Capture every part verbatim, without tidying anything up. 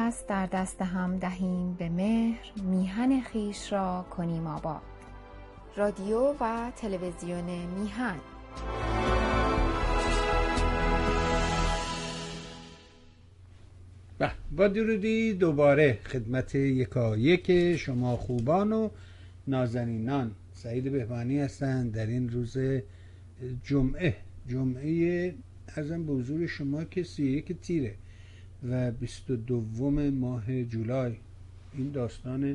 دست در دست هم دهیم به مهر، میهن خویش را کنیم آباد. رادیو و تلویزیون میهن. با درودی دوباره خدمت یکایک شما خوبان و نازنینان. سعید بهبانی هستند در این روز جمعه جمعه ارزم به حضور شما که سی و یک تیره و بیست و دوم ماه جولای. این داستان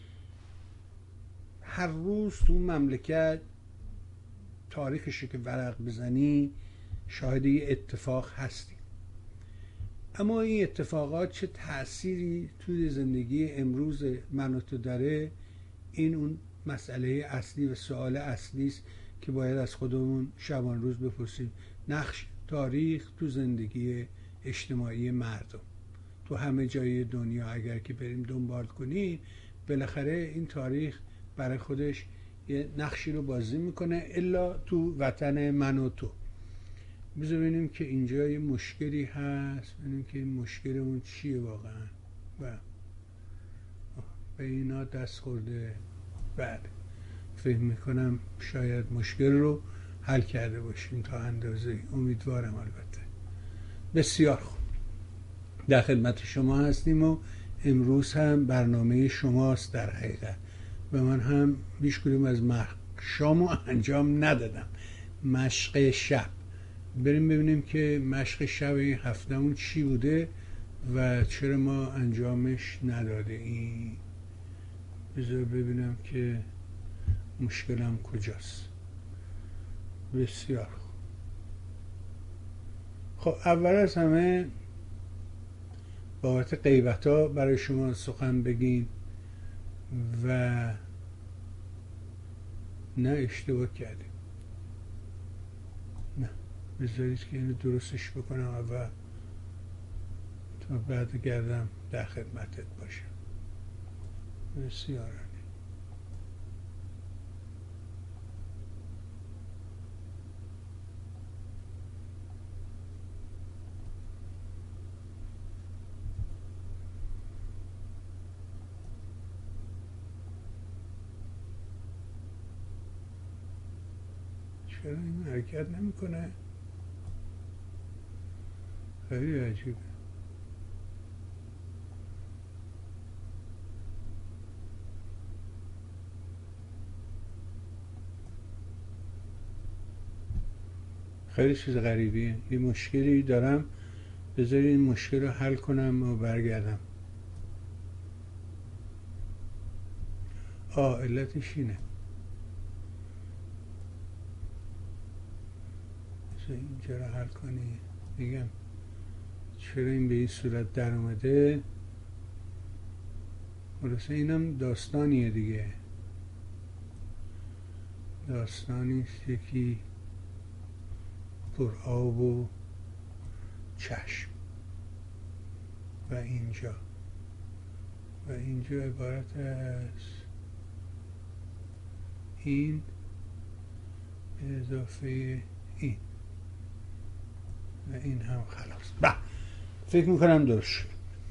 هر روز تو مملکت تاریخش که ورق بزنی شاهد یه اتفاق هستی، اما این اتفاقات چه تأثیری توی زندگی امروز من و تو داره، این اون مسئله اصلی و سوال اصلی است که باید از خودمون شبان روز بپرسیم. نقش تاریخ تو زندگی اجتماعی مردم تو همه جای دنیا اگر که بریم دنبال کنیم، بالاخره این تاریخ برای خودش یه نقشی رو بازی میکنه، الا تو وطن من و تو. بذار ببینیم که اینجا یه مشکلی هست، ببینیم که این مشکل اون چیه واقعا و به اینا دست خورده. بعد فکر میکنم شاید مشکل رو حل کرده باشیم تا اندازه، امیدوارم. البته بسیار خوب، در خدمت شما هستیم و امروز هم برنامه شماست در حقیقت و من هم بیش کدوم از شامو انجام ندادم. مشق شب، بریم ببینیم که مشق شب این هفتهمون چی بوده و چرا ما انجامش نداده این. بذار ببینم که مشکلم کجاست. بسیار خوب. خب اول از همه بابت غیبت ها برای شما سخن بگیم و نه اشتباه کردیم، نه بذارید که اینو درستش بکنم اول تا بعد گردم در خدمتت باشم. بسیار عالی. چرا این حرکت نمی کنه؟ خیلی عجیبه. خیلی چیز غریبیه. یه مشکلی دارم، بذاری این مشکل رو حل کنم و برگردم. آه علتش اینه. اینجا رو حل کنی. میگم چرا این به این صورت در اومده. خلاصه اینم داستانیه دیگه، داستانیست یکی پر آب و چشم و اینجا و اینجا عبارت از این به اضافه این و این هم خلاص. با فکر میکنم درست شد.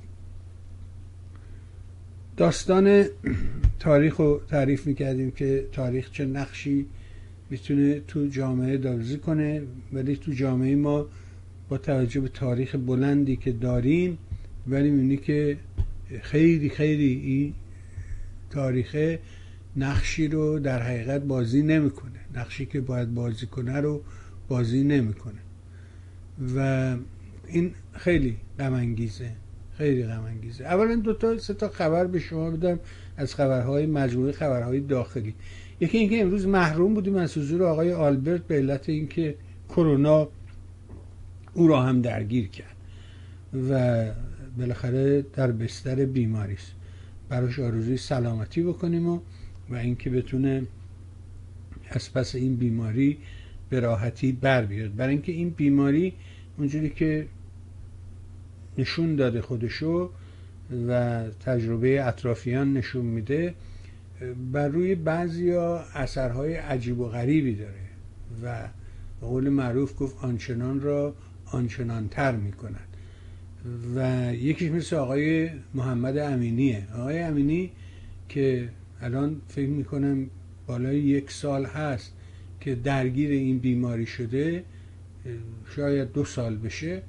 داستان تاریخ رو تعریف میکردیم که تاریخ چه نقشی میتونه تو جامعه بازی کنه، ولی تو جامعه ما با توجه به تاریخ بلندی که داریم ولی میبینی که خیلی خیلی این تاریخ نقشی رو در حقیقت بازی نمیکنه، نقشی که باید بازی کنه رو بازی نمیکنه و این خیلی غم انگیزه، خیلی غم انگیزه. اولا دو تا سه تا خبر به شما بدم از خبرهای مجموعه خبرهای داخلی. یکی اینکه امروز محروم بودیم از حضور آقای آلبرت به علت اینکه کرونا او را هم درگیر کرد و بالاخره در بستر بیماری است. براش آرزوی سلامتی بکنیم و و اینکه بتونه از پس این بیماری به راحتی بر بیاد. برای اینکه این بیماری اونجوری که نشون داده خودشو و تجربه اطرافیان نشون میده، بر روی بعضیا اثرهای عجیب و غریبی داره و به قول معروف گفت آنچنان را آنچنان تر میکند و یکیش مثل آقای محمد امینیه. آقای امینی که الان فکر میکنم بالای یک سال هست که درگیر این بیماری شده، شاید دو سال بشه،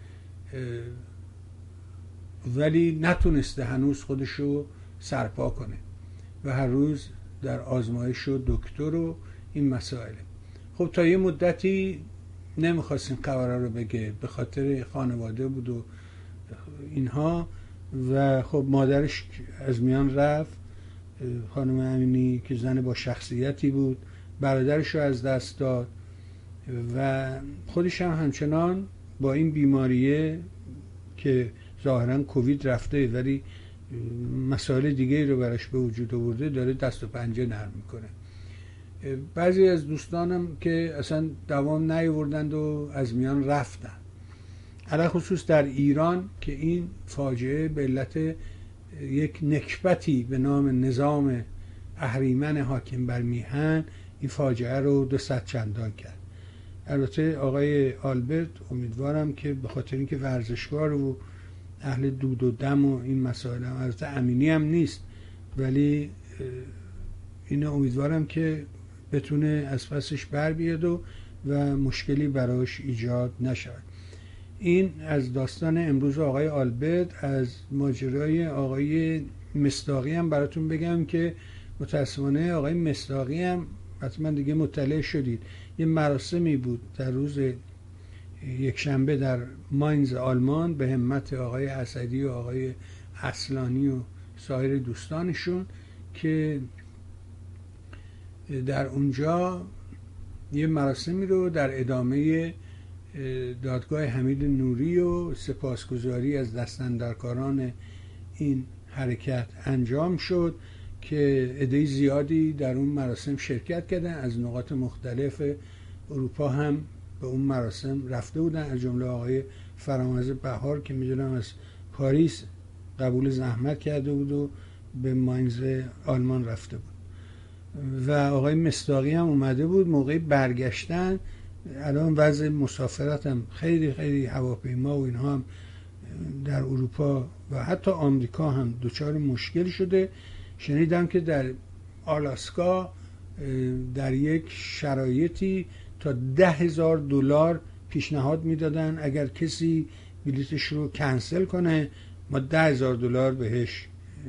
ولی نتونسته هنوز خودشو سرپا کنه و هر روز در آزمایش و دکتر و این مسائل. خب تا یه مدتی نمیخواست این خبرها رو بگه به خاطر خانواده بود و اینها، و خب مادرش از میان رفت، خانم امینی که زن با شخصیتی بود، برادرش رو از دست داد و خودش هم همچنان با این بیماریه که ظاهرا کووید رفته ولی مسائل دیگه رو براش به وجود آورده داره دست و پنجه نرم میکنه. بعضی از دوستانم که اصلا دوام نیاوردند و از میان رفتن، علی خصوص در ایران که این فاجعه به علت یک نکبتی به نام نظام اهریمن حاکم بر میهن این فاجعه رو دو صد چندان کرد. البته آقای آلبرت امیدوارم که به خاطر اینکه ورزشکار و اهل دود و دم و این مسائل هم، البته امینی هم نیست، ولی اینو امیدوارم که بتونه از پسش بر بیاد و, و مشکلی براش ایجاد نشود. این از داستان امروز آقای آلبرت. از ماجرای آقای مصداقی هم براتون بگم که متاسفانه آقای مصداقی هم حتما دیگه مطلع شدید، یه مراسمی بود در روز یک شنبه در ماینز آلمان به همت آقای اسدی و آقای اصلانی و سایر دوستانشون که در اونجا یه مراسمی رو در ادامه دادگاه حمید نوری و سپاسگزاری از دستاندرکاران این حرکت انجام شد که عده زیادی در اون مراسم شرکت کردن، از نقاط مختلف اروپا هم به اون مراسم رفته بودن، از جمله آقای فرامرز بهار که میدونم از پاریس قبول زحمت کرده بود و به ماینز آلمان رفته بود، و آقای مصداقی هم اومده بود. موقع برگشتن الان وضع مسافرت هم خیلی خیلی هواپیما و اینها هم در اروپا و حتی آمریکا هم دچار مشکل شده. شنیدم که در آلاسکا در یک شرایطی تا ده هزار دلار پیشنهاد میدادن اگر کسی بلیتش رو کنسل کنه ما ده هزار دلار بهش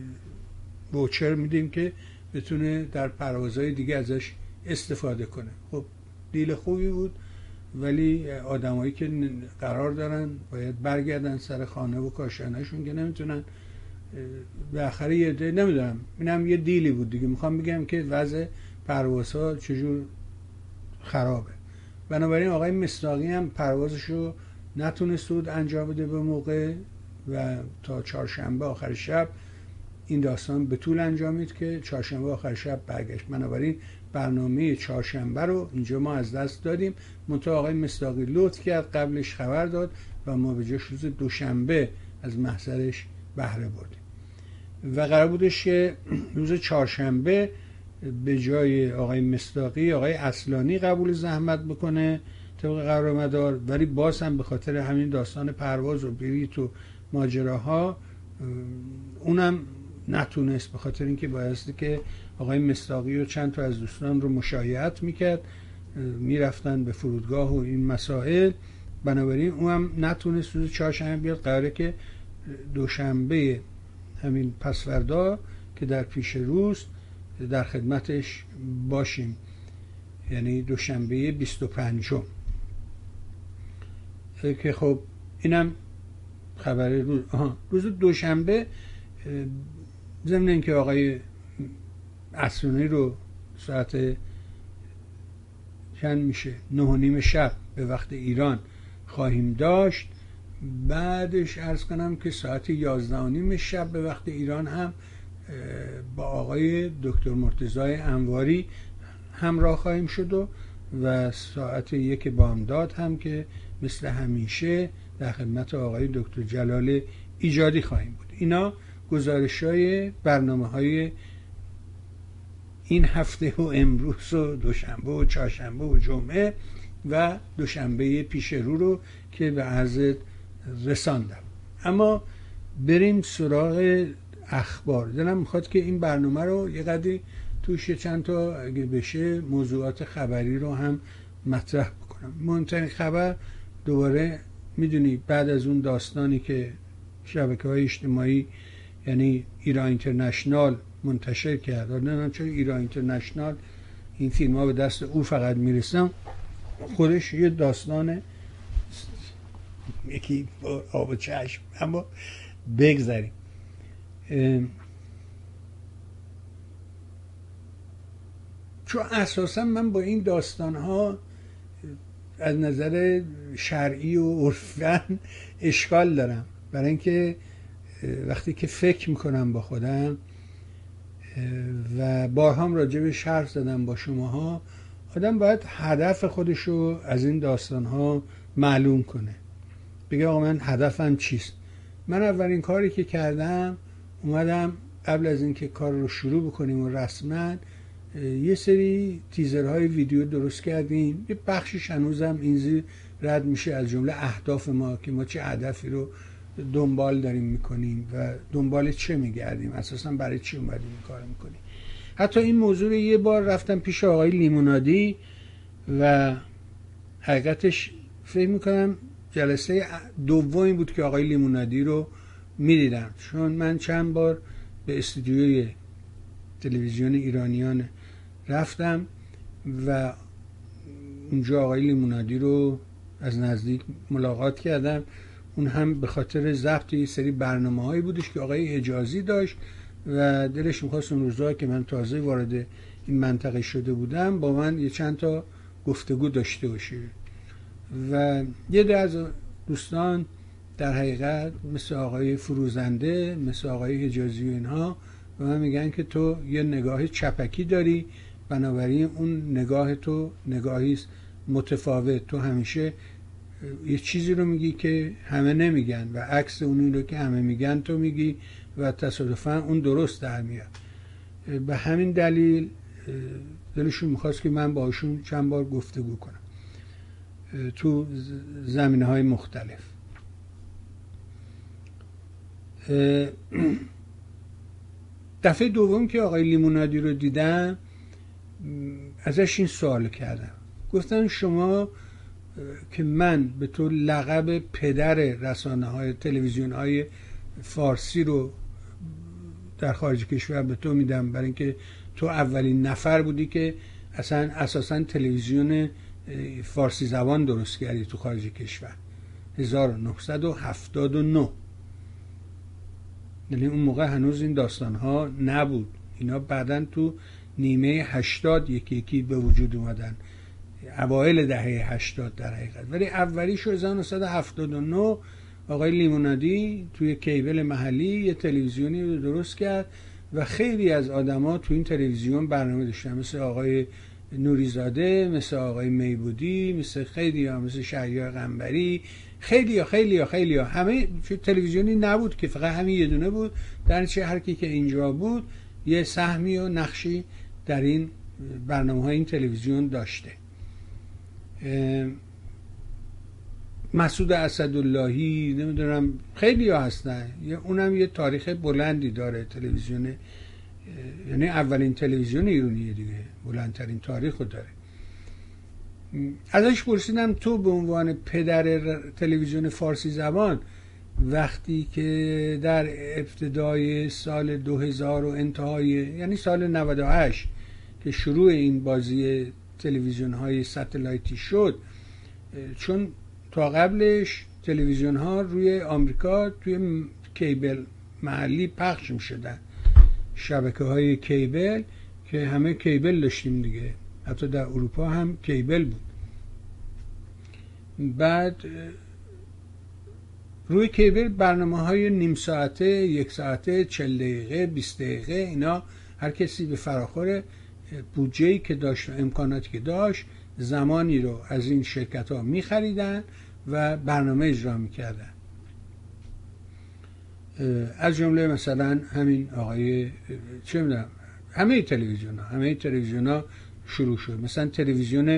ووچر میدیم که بتونه در پروازهای دیگه ازش استفاده کنه. خب دیل خوبی بود، ولی آدمایی که قرار دارن باید برگردن سر خانه و کاشانهشون که نمیتونن به آخر یه ده نمیدونم، اینم یه دیلی بود دیگه. میخوام بگم که وضع پروازها چجور خرابه. بنابراین آقای مصداقی هم پروازشو نتونست بود انجام بده به موقع و تا چهارشنبه آخر شب این داستان به طول انجامید که چهارشنبه آخر شب برگشت. بنابراین برنامه چهارشنبه رو اینجا ما از دست دادیم. منتها آقای مصداقی لطف کرد قبلش خبر داد و ما به جاش روز دوشنبه از محضرش بهره بردیم و قرار بودش که روز چهارشنبه به جای آقای مصداقی آقای اصلانی قبول زحمت بکنه طبق قرار مدار، ولی باز هم به خاطر همین داستان پرواز و بلیط و ماجراها اونم نتونست، به خاطر اینکه بایستی که آقای مصداقی و چند تا از دوستان رو مشایعت میکرد، میرفتن به فرودگاه و این مسائل. بنابراین اونم نتونست روز چهارشنبه بیاد. قراره که دوشنبه همین پسوردا که در پیش روز در خدمتش باشیم، یعنی دوشنبه بیست و پنجم که خب اینم خبر روز آها روز دوشنبه. ضمن اینکه آقای اصلانی رو ساعت چند میشه نه و نیم شب به وقت ایران خواهیم داشت، بعدش عرض کنم که ساعت یازده و نیم شب به وقت ایران هم با آقای دکتر مرتضی انواری همراه خواهیم شد و و ساعت یک بامداد هم که مثل همیشه در خدمت آقای دکتر جلال ایجادی خواهیم بود. اینا گزارش‌های برنامه‌های این هفته و امروز و دوشنبه و چهارشنبه و جمعه و دوشنبه پیش رو رو که به عرض رساندم. اما بریم سراغ اخبار. دلم میخواد که این برنامه رو یه قدری توش چند تا اگه بشه موضوعات خبری رو هم مطرح بکنم. مهمترین خبر دوباره میدونی بعد از اون داستانی که شبکه‌های اجتماعی یعنی ایران اینترنشنال منتشر کرد، نه چون ایران اینترنشنال این فیلم ها به دست او فقط میرسن، خودش یه داستان یکی آب و چشم. اما بگذاریم. چون اساسا من با این داستان ها از نظر شرعی و عرفی اشکال دارم، برای اینکه وقتی که فکر میکنم با خودم و بارها هم راجع به حرف زدم با شماها، آدم باید هدف خودشو از این داستان ها معلوم کنه، بگه آقا من هدفم چیست. من اولین کاری که کردم اومدم قبل از اینکه کار رو شروع بکنیم و رسما یه سری تیزرهای ویدیو درست کردیم. یه بخشش هنوزم اینجوری رد میشه از جمله اهداف ما که ما چه هدفی رو دنبال داریم میکنیم و دنبال چه میگردیم، اساسا برای چی اومدیم این کار میکنیم. حتی این موضوع رو یه بار رفتم پیش آقای لیمونادی و حقیقتش فکر میکنم جلسه دومی بود که آقای لیمونادی رو میدیدم، چون من چند بار به استودیوی تلویزیون ایرانیان رفتم و اونجا آقای لیمونادی رو از نزدیک ملاقات کردم. اون هم به خاطر ضبط یه سری برنامه‌هایی بودش که آقای حجازی داشت و دلش می‌خواست اون روزا که من تازه وارد این منطقه شده بودم با من یه چند تا گفتگو داشته باشه. و یه ده از دوستان در حقیقت مثل آقای فروزنده، مثل آقای حجازی و اینها به من میگن که تو یه نگاه چپکی داری، بنابراین اون نگاه تو نگاهی متفاوت، تو همیشه یه چیزی رو میگی که همه نمیگن و عکس اونی رو که همه میگن تو میگی و تصادفاً اون درست در میاد. به همین دلیل دلشون میخواست که من باشون چند بار گفتگو کنم تو زمینه های مختلف. دفعه دوم که آقای لیمونادی رو دیدم ازش این سوال کردم، گفتن شما که من به تو لقب پدر رسانه های تلویزیون های فارسی رو در خارج کشور به تو میدم، برای اینکه تو اولین نفر بودی که اصلا اساسا تلویزیون فارسی زبان درست کردی تو خارج کشور هزار و نهصد و هفتاد و نه. یعنی اون موقع هنوز این داستان ها نبود، اینا بعدن تو نیمه هشتاد یکی یکی به وجود اومدن، اوایل دهه هشتاد در حقیقت. ولی اولیش هزار و نهصد و هفتاد و نه آقای لیمونادی توی کیبل محلی یه تلویزیونی رو درست کرد و خیلی از آدما تو این تلویزیون برنامه داشتن، مثل آقای نوریزاده، مثل آقای میبودی، مثل خیلی ها، مثل شهریار قنبری، خیلی ها خیلی ها خیلی ها. همه تلویزیونی نبود که فقط همین یه دونه بود، در نتیجه هر کی که اینجا بود یه سهمی و نقشی در این برنامه‌های این تلویزیون داشته. مسعود اسداللهی، نمیدونم خیلی ها هستن، اونم یه تاریخ بلندی داره تلویزیون، یعنی اولین تلویزیون ایرانیه دیگه، بلندترین تاریخ رو داره. ازش پرسیدم تو به عنوان پدر تلویزیون فارسی زبان وقتی که در ابتدای سال دو هزار و انتهای یعنی سال نود و هشت که شروع این بازی تلویزیون های ستلایتی شد، چون تا قبلش تلویزیون ها روی آمریکا توی کیبل محلی پخش می شدن، شبکه های کیبل که همه کیبل داشتیم دیگه، حتی در اروپا هم کیبل بود. بعد روی کیبل برنامه های نیم ساعته، یک ساعته، چل دقیقه، بیست دقیقه، اینا هر کسی به فراخور بودجه‌ای که داشت و امکاناتی که داشت زمانی رو از این شرکت ها می خریدن و برنامه اجرا می کردن. از جمله مثلا همین آقای چه میدونم همه تلویزیون ها همه تلویزیون ها شروع شد. مثلا تلویزیون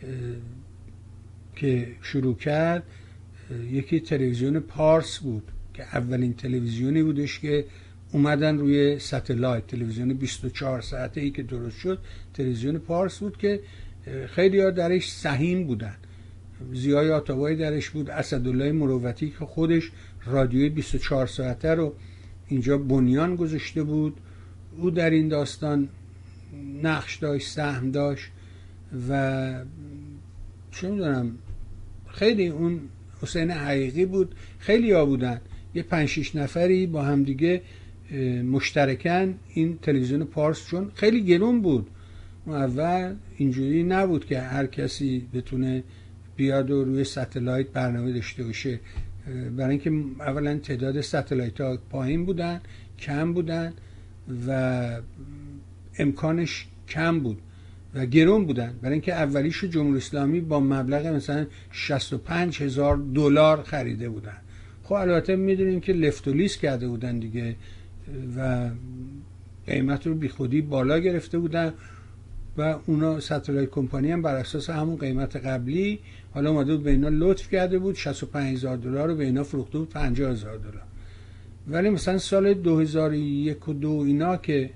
که شروع کرد یکی تلویزیون پارس بود که اولین تلویزیونی بودش که اومدن روی ستلایت، تلویزیون بیست و چهار ساعته ای که درست شد تلویزیون پارس بود که خیلی ها درش سهیم بودن. ضیای آتابایی درش بود، اسدالله مروتی که خودش رادیوی بیست و چهار ساعته رو اینجا بنیان گذاشته بود، او در این داستان نقش داشت، سهم داشت و چه میدونم خیلی اون حسین حقیقی بود، خیلی ها بودن، یه پنج شیش نفری با هم دیگه مشترکن این تلویزیون پارس، چون خیلی گرون بود اول، اینجوری نبود که هر کسی بتونه بیاد و روی ستلایت برنامه داشته باشه، برای اینکه اولا تعداد ستلایت ها پایین بودن، کم بودن و امکانش کم بود و گرون بودن، برای اینکه اولیشو جمهوری اسلامی با مبلغ مثلا شصت و پنج هزار دلار خریده بودن. خب البته میدونیم که لفت و لیز کرده بودن دیگه و قیمت رو بی خودی بالا گرفته بودن و اونا ستلایت کمپانی هم بر اساس همون قیمت قبلی حالا اومده بود به اینا لطف کرده بود، شصت و پنج هزار دلار رو به اینا فروخته بود پنجاه هزار دلار. ولی مثلا سال دو هزار و یک و دو اینا که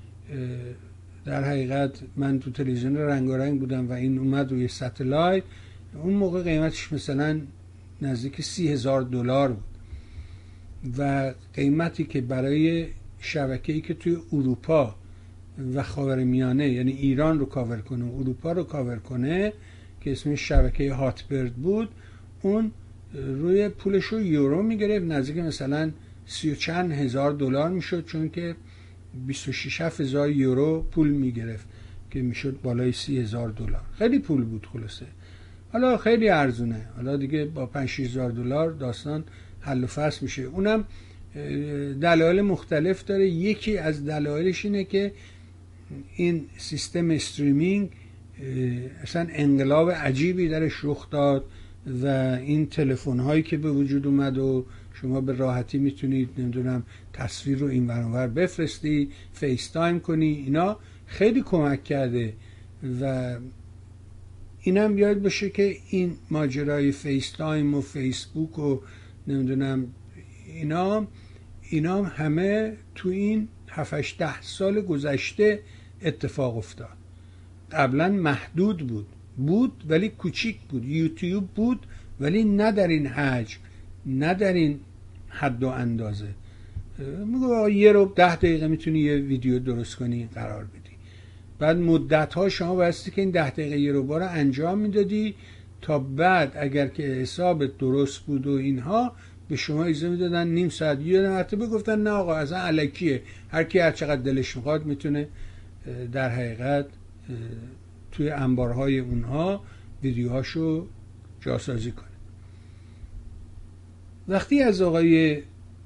در حقیقت من تو تلویزیون رنگارنگ بودم و این اومد روی ستلایت، اون موقع قیمتش مثلا نزدیک سی هزار دلار بود و قیمتی که برای شبکه‌ای که توی اروپا و خاورمیانه یعنی ایران رو کاور کنه و اروپا رو کاور کنه که اسمش شبکه هاتبرد بود، اون روی پولش رو یورو میگرفت، نزدیک مثلا سی و چند هزار دلار میشد، چون که بیست و شش هزار یورو پول میگرفت که میشد بالای سی هزار دلار. خیلی پول بود خلاصه. حالا خیلی ارزونه، حالا دیگه با پنج شش هزار دلار داستان حل و فصل میشه. اونم دلایل مختلف داره. یکی از دلایلش اینه که این سیستم استریمینگ اصلا انقلاب عجیبی درش رخ داد و این تلفن هایی که به وجود اومد و شما به راحتی میتونید نمیدونم تصویر رو این ور اون ور بفرستی، فیس تایم کنی، اینا خیلی کمک کرده و اینم یاد باشه که این ماجرای فیس تایم و فیسبوک و نمیدونم اینا اینا همه تو این هفت ده سال گذشته اتفاق افتاد. قبلا محدود بود بود ولی کوچیک بود، یوتیوب بود ولی نه در این حجم، نه در این حد و اندازه. میگه یه رو ده دقیقه میتونی یه ویدیو درست کنی قرار بدی، بعد مدت ها شما بایستی که این ده دقیقه یه رو بار انجام میدادی تا بعد اگر که حسابت درست بود و اینها به شما اجازه میدادن نیم ساعت یه مرتبه گفتن نه آقا اصلا الکیه، هر کی هر چقدر دلش میخواد میتونه در حقیقت توی انبارهای اونها ویدیوهاشو جاسازی کنه. وقتی از آقای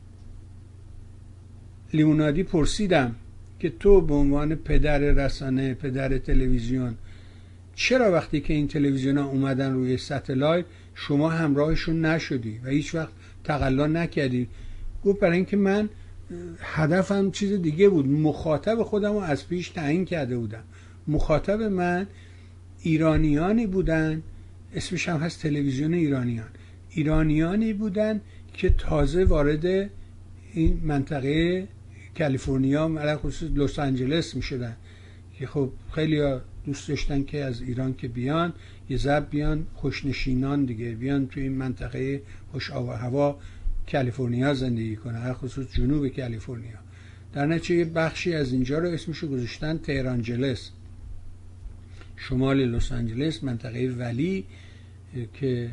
لیمونادی پرسیدم که تو به عنوان پدر رسانه، پدر تلویزیون، چرا وقتی که این تلویزیون ها اومدن روی ستلایت شما همراهشون نشدی و هیچ وقت تقلا نکردی؟ گفت برای اینکه من هدفم چیز دیگه بود، مخاطب خودم رو از پیش تعیین کرده بودم. مخاطب من ایرانیانی بودن، اسمش هم هست تلویزیون ایرانیان، ایرانیانی بودن که تازه وارد این منطقه کالیفرنیا علاوه خصوص لس آنجلس می شدن که خب خیلی ها دوست داشتن که از ایران که بیان یه ضرب بیان خوشنشینان دیگه، بیان توی این منطقه خوش آب و هوا کالیفرنیا زندگی کنه، علاوه خصوص جنوب کالیفرنیا. در نتیجه یه بخشی از اینجا رو اسمشو گذاشتن تهرانجلس، شمال لس آنجلس، منطقه ولی که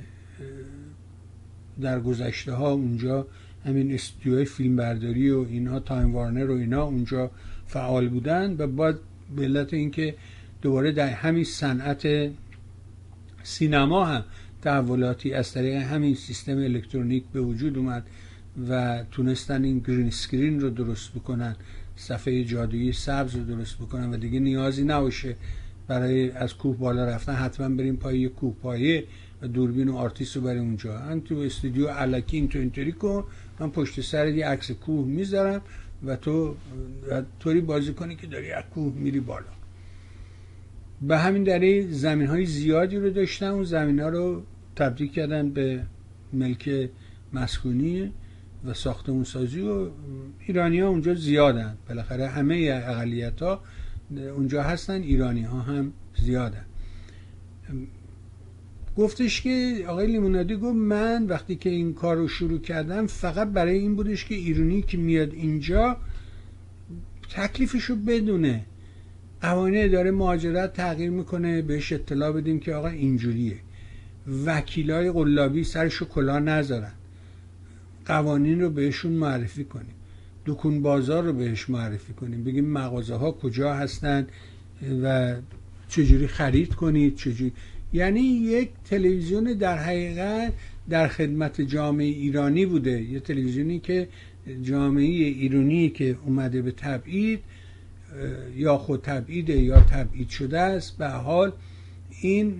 در گذشته ها اونجا همین استودیوهای فیلم برداری و اینا، تایم وارنر و اینا اونجا فعال بودن و بعد به علت اینکه دوباره در همین صنعت سینما هم تحولاتی از طریق همین سیستم الکترونیک به وجود اومد و تونستن این گرین اسکرین رو درست بکنن، صفحه جادویی سبز رو درست بکنن و دیگه نیازی نباشه برای از کوه بالا رفتن حتما بریم پای یه کوه پایه و دوربین و آرتیست رو بریم اونجا. من تو استودیو الکی این تو اینطوری کن، من پشت سر یه عکس کوه میذارم و تو و طوری بازی کنی که داری از کوه میری بالا. به همین دلیل زمین های زیادی رو داشتم، اون زمین ها رو تبدیل کردن به ملک مسکونی و ساختمون سازی و ایرانی ها اونجا زیادن، بالاخره همه اقلیت ها اونجا هستن، ایرانی ها هم زیادن. گفتش که آقای لیمونادی گفت من وقتی که این کار رو شروع کردم فقط برای این بودش که ایرانی که میاد اینجا تکلیفشو بدونه، قوانین اداره مهاجرت تغییر میکنه بهش اطلاع بدیم که آقا اینجوریه، وکیلای قلابی سرشو کلاه نذارن، قوانین رو بهشون معرفی کنیم، دکون بازار رو بهش معرفی کنیم، بگیم مغازه ها کجا هستن و چجوری خرید کنید چجوری. یعنی یک تلویزیون در حقیقت در خدمت جامعه ایرانی بوده، یه تلویزیونی که جامعه ایرانی که اومده به تبعید یا خود تبعیده یا تبعید شده است، به حال این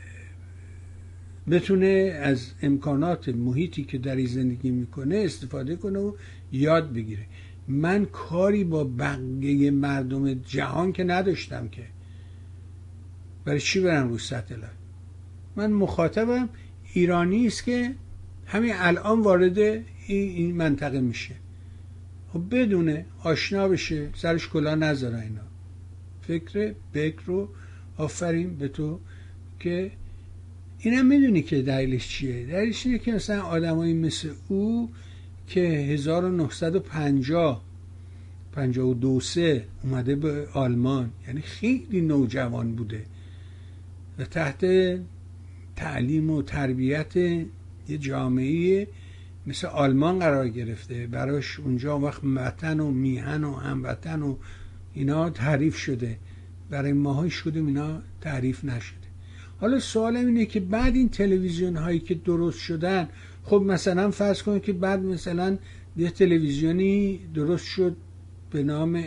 بتونه از امکانات محیطی که در این زندگی میکنه استفاده کنه و یاد بگیره. من کاری با بقیه مردم جهان که نداشتم، که برای چی برم رو ستلایت؟ من مخاطبم ایرانی است که همین الان وارد این منطقه میشه، خب بدونه، آشنا بشه، سرش کلاه نذاره. اینا فکر بکر رو آفرین به تو که اینم میدونی که دلیلش چیه. دلیلش اینه که مثلا آدمایی مثل او که هزار و نهصد و پنجاه پنجاه و دو سه اومده به آلمان، یعنی خیلی نوجوان بوده و تحت تعلیم و تربیت یه جامعه مثل آلمان قرار گرفته، براش اونجا وقت وطن و میهن و هموطن و اینا تعریف شده، برای ماهای شده اینا تعریف نشده. حالا سوالم اینه که بعد این تلویزیون هایی که درست شدن، خب مثلا فرض کنید که بعد مثلا یه تلویزیونی درست شد به نام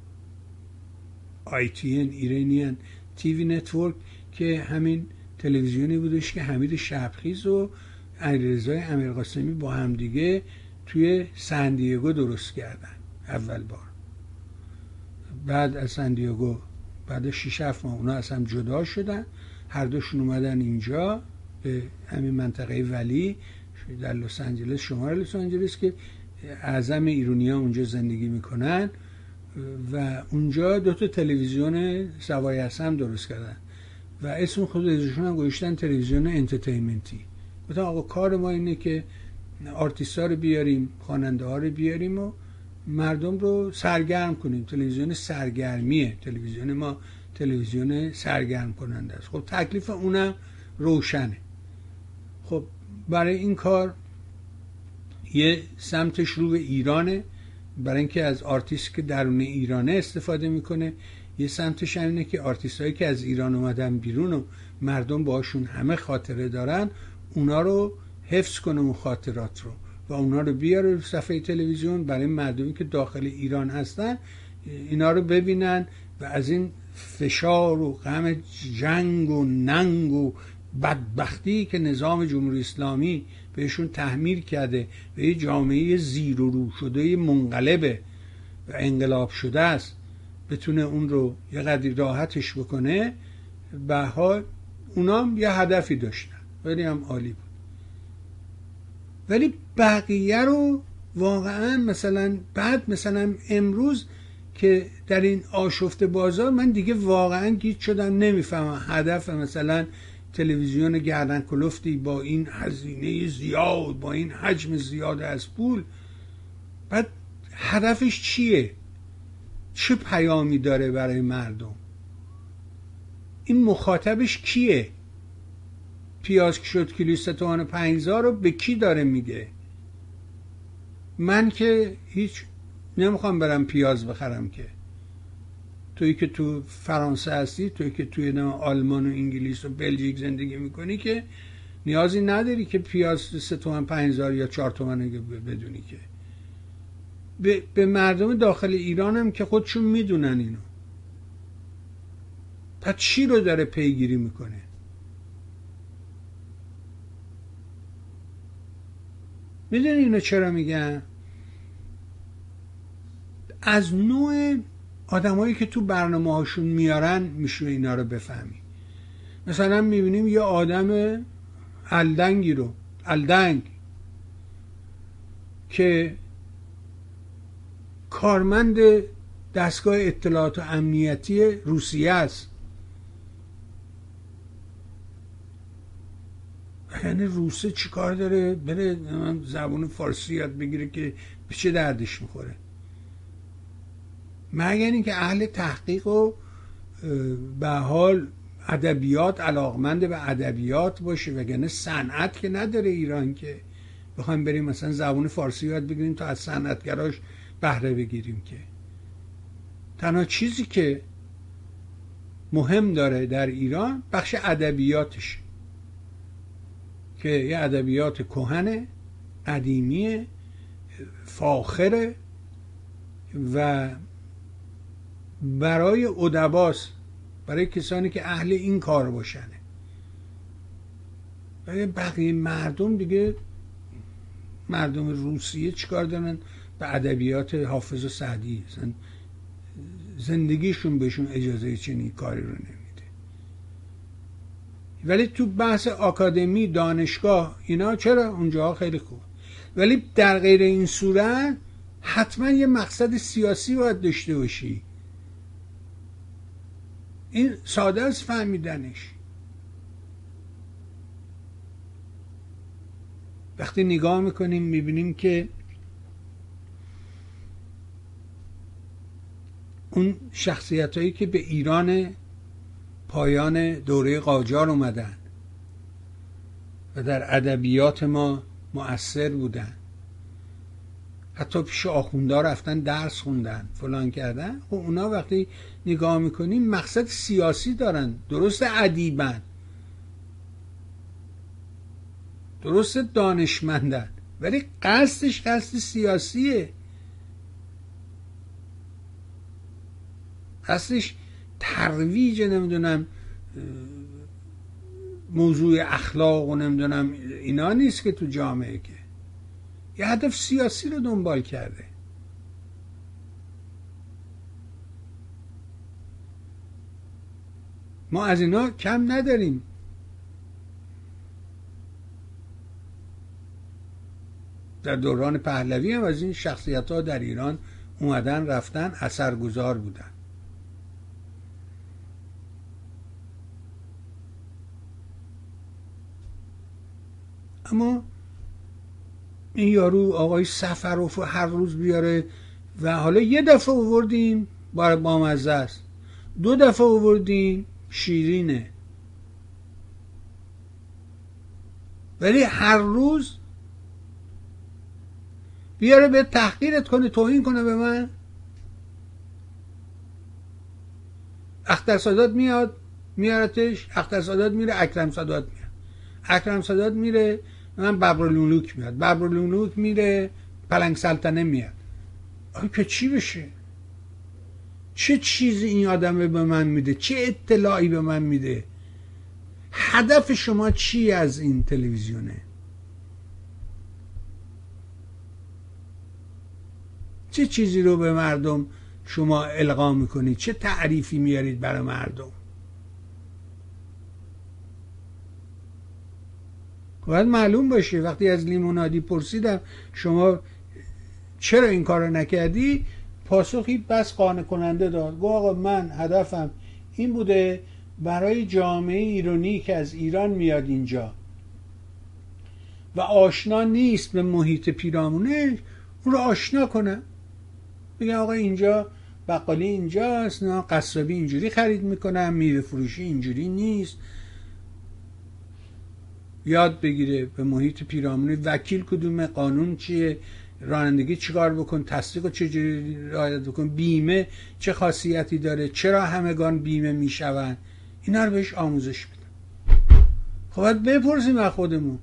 آی تی ان ایرانیان تیوی نتورک که همین تلویزیونی بودش که حمید شبخیز و علیرضا امیرقاسمی با همدیگه توی سن دیگو درست کردن اول بار. بعد از سن دیگو بعد شش هفت ماه اونا از هم جدا شدن، هر دوشون اومدن اینجا به همین منطقه ولی در لس آنجلس، شمال لس آنجلس، که اعظم ایرانی‌ها اونجا زندگی میکنن و اونجا دو تا تلویزیون سوای حسن درست کردن و اسم خودشون هم گذاشتن تلویزیون انترتینمنتی. گفتن آقا کار ما اینه که آرتیستا رو بیاریم، خواننده ها رو بیاریم و مردم رو سرگرم کنیم. تلویزیون سرگرمیه، تلویزیون ما تلویزیون سرگرم کننده است. خب تکلیف اونم روشنه. خب برای این کار یه سمتش رو به ایرانه، برای اینکه از آرتیست که درون ایرانه استفاده میکنه، یه سمتش اینه که آرتیستایی که از ایران اومدن بیرون و مردم باهاشون همه خاطره دارن، اونا رو حفظ کنه، اون خاطرات رو، و اونا رو بیاره رو صفحه تلویزیون برای مردمی که داخل ایران هستن اینا رو ببینن و از این فشار و غم جنگ و ننگ و بدبختی که نظام جمهوری اسلامی بهشون تحمیل کرده به یه جامعه زیر و رو شده منقلبه و انقلاب شده است، بتونه اون رو یه قدری راحتش بکنه. به حال اونام یه هدفی داشتن، ولی هم عالی بود. ولی بقیه رو واقعا مثلا بعد مثلا امروز که در این آشفته بازار من دیگه واقعا گیج شدم، نمیفهمم هدف مثلا تلویزیون گردن کلفتی با این هزینه زیاد، با این حجم زیاد از پول، بعد هدفش چیه؟ چه پیامی داره برای مردم؟ این مخاطبش کیه؟ پیاز که شد کیلویی سه تومن پنج هزار رو به کی داره میگه؟ من که هیچ نمیخوام برم پیاز بخرم، که تویی که تو فرانسه هستی، تویی که توی آلمان و انگلیس و بلژیک زندگی میکنی، که نیازی نداری که پیاز سه تومن پنج هزار یا چهار تومن بدونی. که به, به مردم داخل ایران هم که خودشون میدونن اینو، پس چی رو داره پیگیری میکنه؟ میدونی اینو چرا میگن؟ از نوع آدمایی که تو برنامه هاشون میارن میشه اینا رو بفهمی. مثلا میبینیم یه آدم الدنگی رو الدنگ که کارمند دستگاه اطلاعات و امنیتی روسیه است. یعنی روسه چی کار داره بره زبان فارسی یاد بگیره که به چه دردش میخوره؟ مگر اینکه اهل تحقیق و به حال ادبیات، علاقمند به ادبیات باشه، وگرنه صنعت که نداره ایران که بخوایم بریم مثلا زبان فارسی یاد بگیریم تا از صنعتگراش بهره بگیریم. که تنها چیزی که مهم داره در ایران بخش ادبیاتش که یه ادبیات کهنه، قدیمی، فاخره و برای ادباست، برای کسانی که اهل این کار باشنه. برای بقیه مردم دیگه، مردم روسیه چیکار دارن به ادبیات حافظ و سعدی؟ زندگیشون بهشون اجازه چنین کاری رو نمیده. ولی تو بحث آکادمی، دانشگاه، اینا چرا اونجاها خیلی خوب، ولی در غیر این صورت حتما یه مقصد سیاسی باید داشته باشی. این ساده است فهمیدنش. وقتی نگاه میکنیم میبینیم که اون شخصیت هایی که به ایران پایان دوره قاجار اومدن و در ادبیات ما مؤثر بودن، حتی پیش آخوندا رفتن درس خوندن فلان کردن، خب اونا وقتی نگاه میکنیم مقصد سیاسی دارن. درست ادیبن، درست دانشمندن، ولی قصدش قصد سیاسیه. قصدش ترویج نمیدونم موضوع اخلاق و نمیدونم اینا نیست که تو جامعه، که یه هدف سیاسی رو دنبال کرده. ما از اینا کم نداریم. در دوران پهلوی هم از این شخصیت ها در ایران اومدن رفتن، اثرگذار بودن. اما این یارو آقای سفروف هر روز بیاره و حالا یه دفعه آوردیم با مزه است، دو دفعه آوردیم شیرینه، ولی هر روز بیاره به تحقیرت کنه، توهین کنه به من. اختر سادات میاد میارتش، اختر سادات میره، اکرم سادات میاد، اکرم سادات میره، من ببرالملوک میاد، ببرالملوک میره، پلنگ سلطنه میاد. آیا که چی بشه؟ چه چیزی این آدم به من میده؟ چه اطلاعی به من میده؟ هدف شما چی از این تلویزیونه؟ چه چیزی رو به مردم شما القا میکنید؟ چه تعریفی میارید برای مردم؟ باید معلوم باشه. وقتی از لیمونادی پرسیدم شما چرا این کارو نکردی، پاسخی بس قانع کننده داد. گفت آقا من هدفم این بوده برای جامعه ایرانی که از ایران میاد اینجا و آشنا نیست به محیط پیرامونش، اون رو آشنا کنم. بگم آقا اینجا بقالی اینجاست، نه قصابی اینجوری خرید میکنم، میوه فروشی اینجوری نیست. یاد بگیره به محیط پیرامونی، وکیل کدومه، قانون چیه، رانندگی چیکار بکن، تصدیق چجوری رعایت بکن، بیمه چه خاصیتی داره، چرا همگان بیمه میشون، اینا رو بهش آموزش بده. خب باید بپرسیم از خودمون.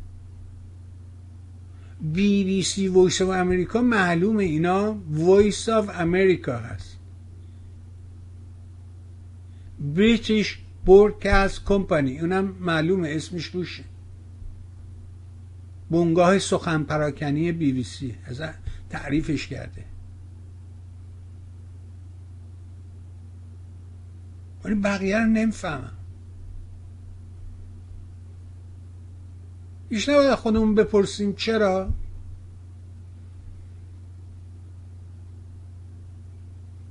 بی بی سی وایس آف امریکا معلومه اینا وایس آف امریکا هست. بریتیش برودکست کمپانی اونم معلومه اسمش روشه. بنگاه سخن پراکنی بی بی سی از تعریفش کرده. ولی بقیه رو نمیفهمم. ایش نباید خودمون بپرسیم چرا؟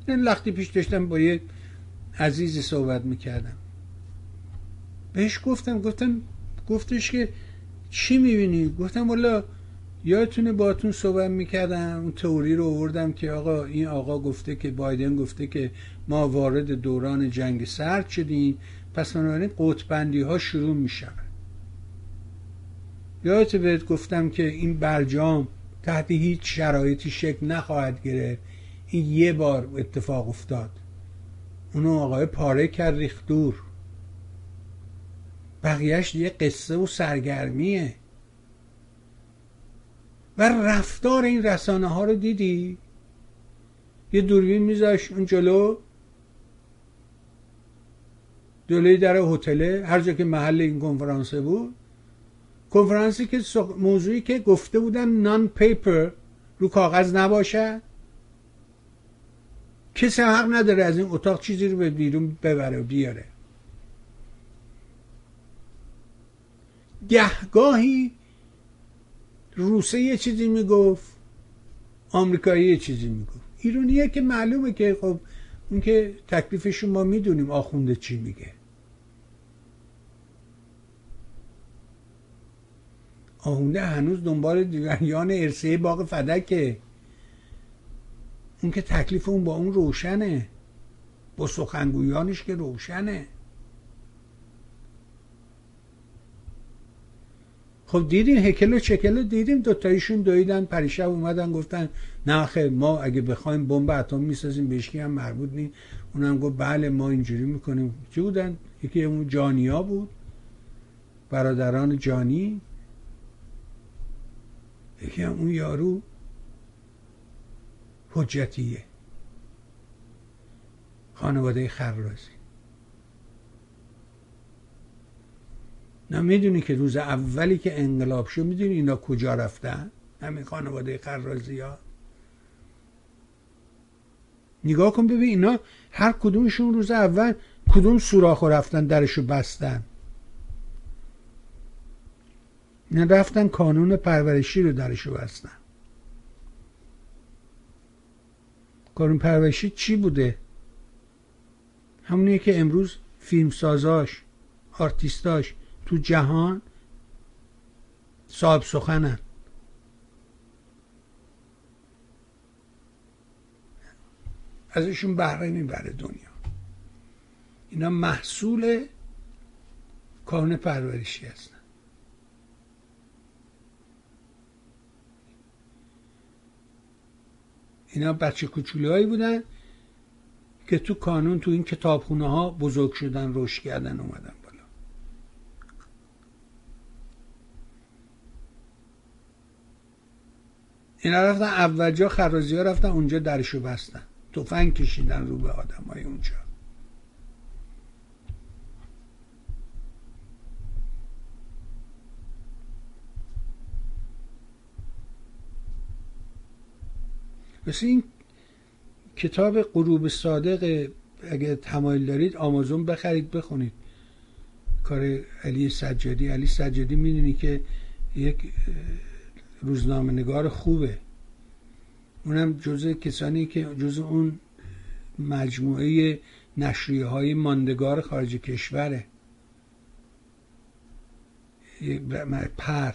این لختی پیش داشتم با یه عزیزی صحبت میکردم، بهش گفتم گفتم گفتش که چی میبینی؟ گفتم والا یادتونه باهاتون صحبت میکردم، اون تئوری رو آوردم که آقا این آقا گفته که بایدن گفته که ما وارد دوران جنگ سرد شدیم، پس بنابراین قطب‌بندی ها شروع میشن. یادت بهت گفتم که این برجام تحت هیچ شرایطی شکل نخواهد گرفت، این یه بار اتفاق افتاد، اونو آقای پاره کرد ریخت دور، بقیهش یه قصه و سرگرمیه. و رفتار این رسانه ها رو دیدی؟ یه دوربین میذاش اون جلو جلوی در هتل، هر جا که محل این کنفرانس بود، کنفرانسی که موضوعی که گفته بودن نان پیپر رو کاغذ نباشه، کسی حق نداره از این اتاق چیزی رو به بیرون ببره و بیاره. گهگاهی روسیه یه چیزی میگفت، آمریکایی یه چیزی میگفت. ایرانیه که معلومه که خب اون که تکلیفشون ما میدونیم آخونده چی میگه. آخونده هنوز دنبال دیگریان ارثیه باغ فدکه، اون که تکلیف اون با اون روشنه، با سخنگویانش که روشنه. خب دیدین هکل و چکل رو دیدین، دوتایشون دویدن پریشب اومدن گفتن نه خیر ما اگه بخوایم بمب اتم میسازیم بهش هم مربوط نیست. اونم گفت بله ما اینجوری میکنیم. چی بودن؟ یکی اون جانیا بود، برادران جانی، یکی هم اون یارو حجتیه، خانواده خرازی. نه میدونی که روز اولی که انقلاب شد میدونی اینا کجا رفتن؟ همین خانواده خرازی ها. نگاه کن ببین اینا هر کدومشون روز اول کدوم سوراخ رفتن درشو بستن. اینا رفتن کانون پرورشی رو درشو بستن. کانون پرورشی چی بوده؟ همونیه که امروز فیلمسازاش، آرتیستاش تو جهان صاحب سخنن. ازشون بهره میبره دنیا. اینا محصول کانون پرورشی هستن. اینا بچه کوچولوهایی بودن که تو کانون تو این کتابخونه ها بزرگ شدن، رشد کردن، اومدن بالا. اینا رفتن اول جا، خرازی ها رفتن اونجا درشو بستن، تفنگ کشیدن رو به آدم های اونجا. مثل این کتاب غروب صادق اگه تمایل دارید آمازون بخرید بخونید، کار علی سجادی. علی سجادی میدونی که یک روزنامه نگار خوبه، اونم جزء کسانی که جزء اون مجموعه نشریه های ماندگار خارج کشوره، پر،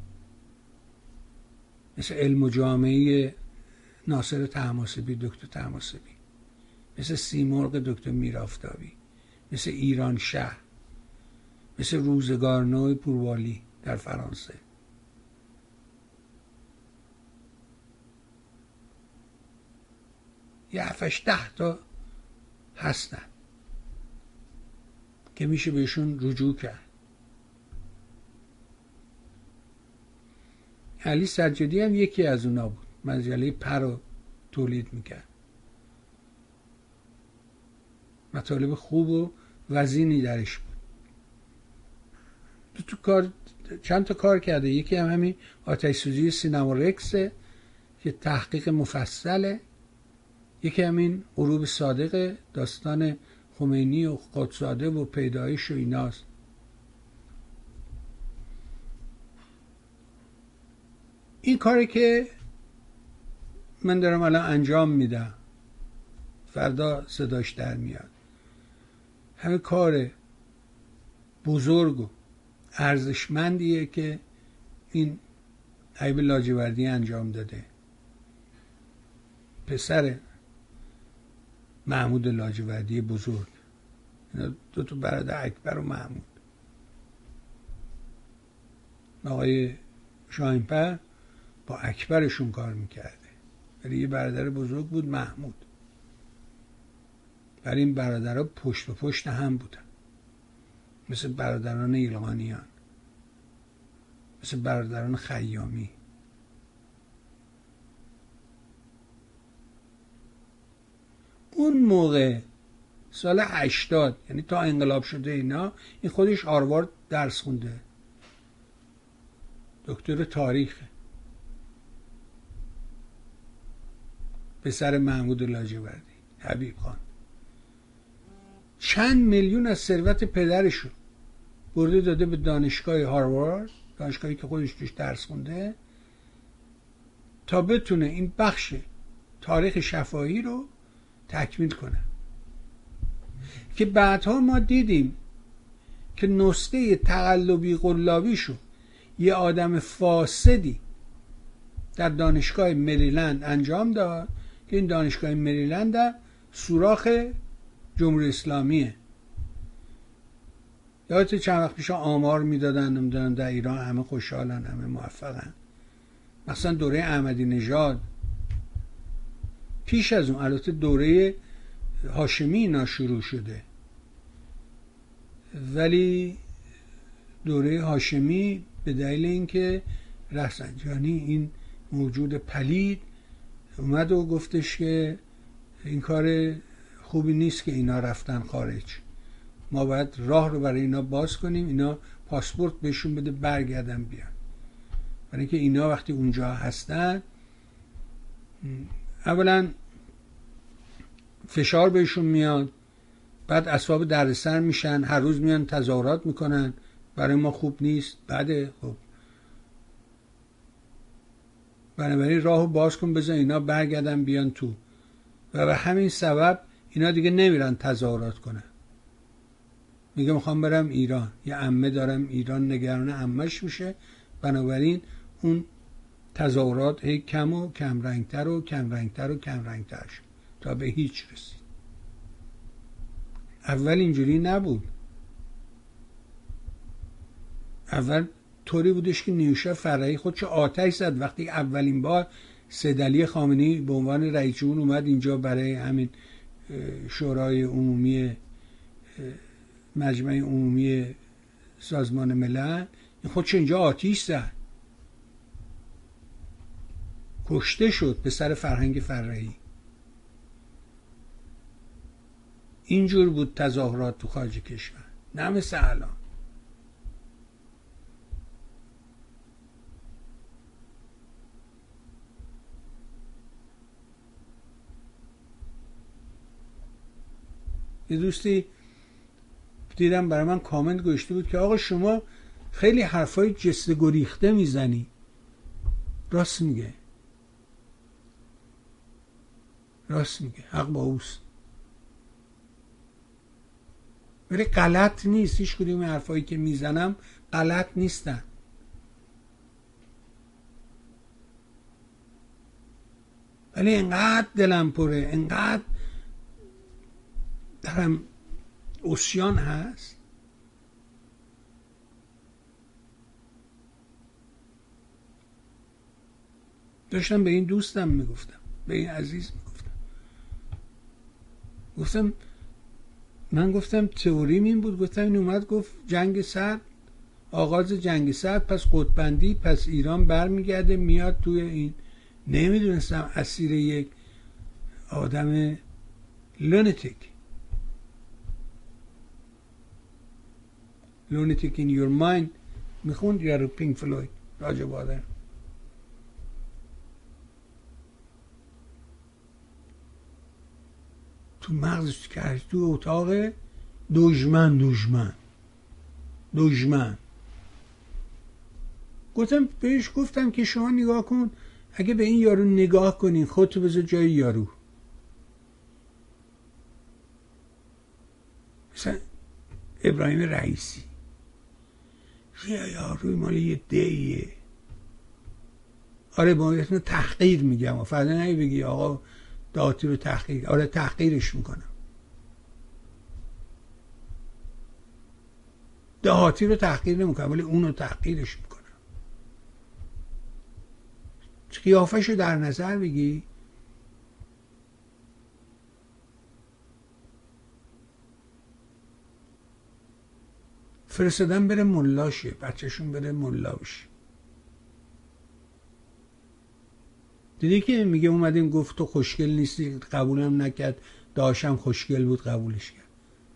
مثل علم و جامعه ناصر طهماسبی، دکتر طهماسبی، مثل سیمرغ دکتر میرافتابی، مثل ایران شهر، مثل روزگارنو پوروالی در فرانسه. یه هفتش ده تا هستن که میشه بهشون رجوع کرد. علی سجادی هم یکی از اونا بود، مجله پر رو تولید میکرد، مطالب خوب و وزینی درش بود. تو, تو کار چند تا کار کرده، یکی هم همین آتش سوزی سینما رکسه که تحقیق مفصله، یکی همین غروب صادق داستان خمینی و قدس‌زاده و پیدایش و ایناست. این کاری که من دارم الان انجام میدم فردا صداش در میاد. همه کار بزرگ و ارزشمندیه که این ایوب لاجوردی انجام داده، پسر محمود لاجوردی بزرگ. اینا دو تا برادر، اکبر و محمود. آقای شاهین‌پر با اکبرشون کار میکرده، ولی یه برادر بزرگ بود محمود. برای این برادرها پشت به پشت هم بودن، مثل برادران ایلانیان، مثل برادران خیامی. اون موقع سال هشتاد، یعنی تا انقلاب شده اینا، این خودش هاروارد درس خونده، دکتر تاریخه، پسر محمود لاجوردی، حبیب خان. چند میلیون از ثروت پدرشو برده داده به دانشگاه هاروارد، دانشگاهی که خودش توش درس خونده، تا بتونه این بخش تاریخ شفاهی رو تکمیل کنه. که بعدها ما دیدیم که نسخه تقلبی قلابیشو یه آدم فاسدی در دانشگاه مریلند انجام داد که این دانشگاه مریلند در سوراخ جمهوری اسلامیه. یادت چند وقت پیش آمار میدادن، نمیدونم در ایران همه خوشحالن، همه موفقن، مثلا دوره احمدی نژاد. پیش از اون البته دوره هاشمی اینا شروع شده، ولی دوره هاشمی به دلیل اینکه رفسنجانی این موجود پلید اومد و گفتش که این کار خوبی نیست که اینا رفتن خارج، ما باید راه رو برای اینا باز کنیم، اینا پاسپورت بهشون بده برگردن بیان. برای اینکه اینا وقتی اونجا هستن اولا فشار بهشون میاد، بعد اسباب دردسر میشن، هر روز میان تظاهرات میکنن، برای ما خوب نیست. بعد خب بنابراین راهو باز کن، بذار اینا برگردن بیان تو. و به همین سبب اینا دیگه نمیرن تظاهرات کنن، میگه میخوام برم ایران، یه عمه دارم ایران، نگران عمهش میشه، بنابراین اون تظاهرات هی کم و کم رنگتر و کم رنگتر و کم رنگتر شد تا به هیچ رسید. اول اینجوری نبود. اول طوری بودش که نیوشا فرعی خودشو آتش زد وقتی اولین بار سید علی خامنه‌ای به عنوان رئیس جمهور اومد اینجا برای همین شورای عمومی مجمع عمومی سازمان ملل، این خودشو اینجا آتش زد، کشته شد به سر فرهنگ فرعی. اینجور بود تظاهرات تو خارج کشور، نه مثل الان. یه دوستی دیدم برای من کامنت گذاشته بود که آقا شما خیلی حرفای جسته گریخته میزنی. راست میگه، راست میگه، حق با اوست، ولی غلط نیست. هیچ کدوم حرفایی که میزنم غلط نیستن. ولی انقدر دلم پره، انقدر درم عصیان هست. داشتم به این دوستم میگفتم، به این عزیز میگفتم، گفتم من گفتم تئوریم این بود، گفتم این اومد گفت جنگ سرد، آغاز جنگ سرد، پس قطبندی، پس ایران برمیگرده میاد توی این. نمیدونستم اسیر یک آدم لونتیک لونتیک in your mind میخوند یا رو پینک فلوید راجع بادن. تو مغزش کرد تو اتاق دشمن دشمن دشمن. گفتم بهش، گفتم که شما نگاه کن، اگه به این یارو نگاه کنین خودتو بذار جای یارو. مثلا ابراهیم رئیسی یه یاروی مال یه دیه. آره با اسم تحقیر میگم و فردا نهی بگی آقا داتی رو تحقیر. آره تحقیرش میکنم. دهاتی رو تحقیر نمیکنم ولی اون رو تحقیرش میکنم. قیافش رو در نظر بگی. فرستادن بره ملاشه، بچهشون بره ملا بشه. دیدی که میگه اومدیم گفت تو خوشگل نیستی، قبولم نکرد، داشتم خوشگل بود قبولش کرد.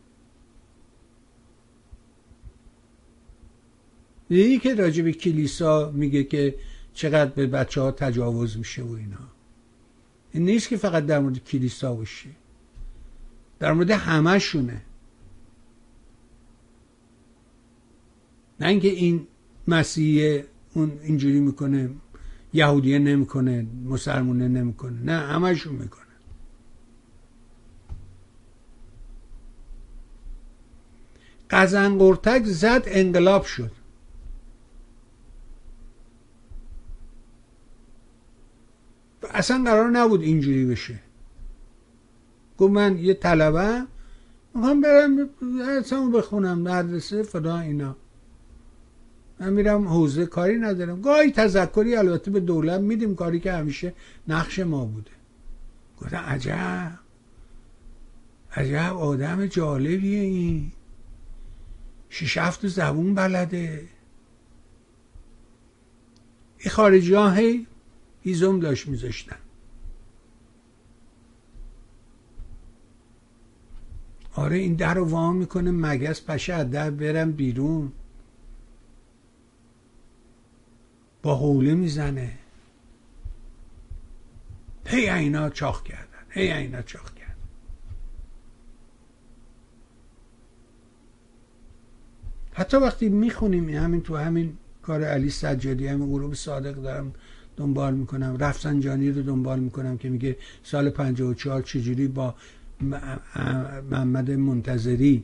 دیدی که راجع به کلیسا میگه که چقدر به بچه ها تجاوز میشه و اینا. این نیست که فقط در مورد کلیسا باشه، در مورد همه شونه. نه اینکه این مسیحیه اون اینجوری میکنه، یهودیه نمیکنه، مسلمونه نمیکنه، نه همشون میکنه. قزنقرتک زد انقلاب شد. اصلا قرار نبود اینجوری بشه. گفت من یه طلبه میخوام برم درسمو بخونم مدرسه فلان اینا، من میرم حوزه، کاری ندارم. گاهی تذکری البته به دولت میدیم، کاری که همیشه نقش ما بوده. گفتم عجب عجب آدم جالبیه این، شش هفت زبون بلده. این خارجی ها هی هیزم داشت میذاشتن. آره این در رو وام میکنه، مگس پشه از در برم بیرون، با حوله میزنه. هی اینا چاخ کردن، هی اینا چاخ کردن. حتی وقتی میخونیم همین تو همین کار علی سجادی، همین غروب صادق دارم دنبال میکنم، رفسنجانی رو دنبال میکنم که میگه سال پنجاه و چهار چجوری با محمد منتظری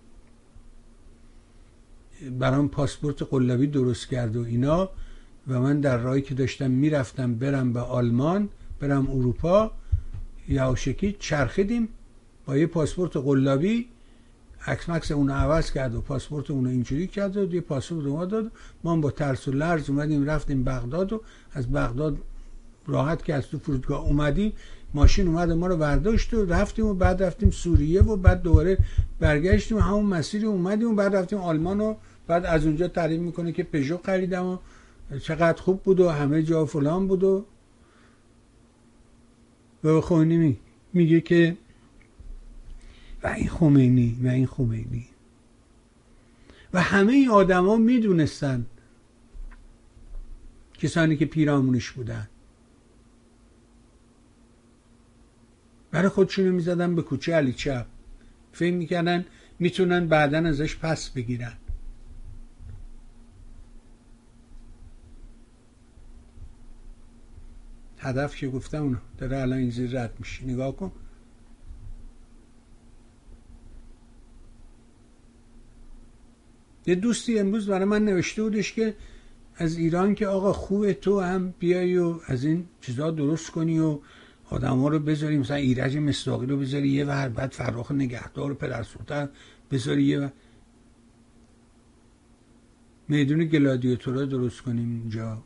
برام پاسپورت قلابی درست کرد و اینا، و من در راهی که داشتم میرفتم برم به آلمان، برم اروپا، یواشکی چرخیدیم با یه پاسپورت قلابی، عکس مکس اونو عوض کرد و پاسپورت اونو اینجوری کرد و یه پاسپورت ما داد. ما با ترس و لرز اومدیم رفتیم بغداد و از بغداد راحت که از تو فرودگاه اومدیم ماشین اومد ما رو برداشت و رفتیم و بعد رفتیم سوریه و بعد دوباره برگشتیم همون مسیر اومدیم و بعد رفتیم آلمان و بعد از اونجا تعریف میکنه که پژو خریدم و چقدر خوب بود و همه جا فلان بود و و خمینی میگه که و این خمینی و این خمینی و همه این آدما میدونستن، کسانی که پیرامونش بودن، برای خودشونو میزدن به کوچه علی چپ، فکر میکردن میتونن بعدن ازش پس بگیرن. هدف که گفتم اونو داره الان این زیر رد میشه، نگاه کن. یه دوستی امروز برای من نوشته بودش که از ایران که آقا خوبه تو هم بیایی و از این چیزا درست کنی و آدم ها رو بذاری، مثلا ایرج مصداقی رو بذاری یه ور، بعد فرخ نگهدار و پدرسوختن بذاری یه ور، میدون گلادیاتورا درست کنیم اینجا.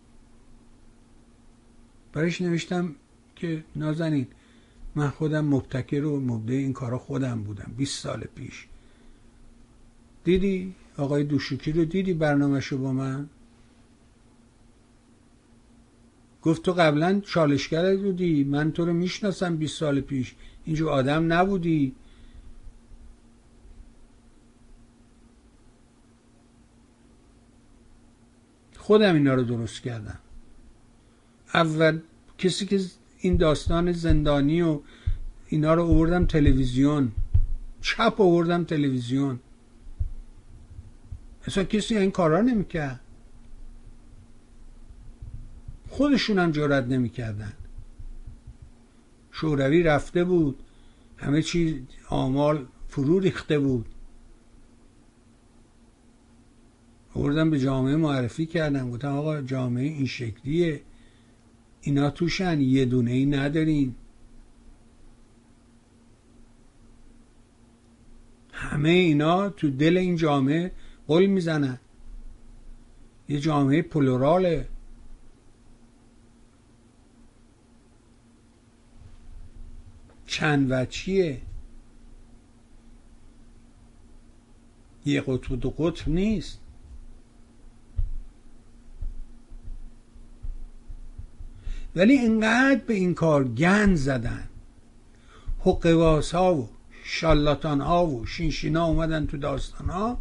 برایش نوشتم که نازنین من خودم مبتکر و مبدع این کارا خودم بودم بیست سال پیش. دیدی آقای دوشوکی رو دیدی برنامه‌شو با من گفت تو قبلا چالشگر بودی، من تو رو میشناسم بیست سال پیش، اینجور آدم نبودی. خودم اینا رو درست کردم. اول کسی که این داستان زندانی و اینا رو آوردم تلویزیون، چپ آوردم تلویزیون، اصلا کسی این کارا نمیکرد، خودشون هم جرئت نمیکردن. شوروی رفته بود، همه چی آمال فرو ریخته بود. آوردم به جامعه معرفی کردم، گفتم آقا جامعه این شکلیه، اینا توشن، یه دونه ای ندارین، همه اینا تو دل این جامعه قل میزنن. یه جامعه پلوراله. چند وجهیه، یه قطب و دو قطب نیست. ولی اینقدر به این کار گند زدن، حقه‌باز ها و شالاتان ها و شینشینا اومدن تو داستان ها.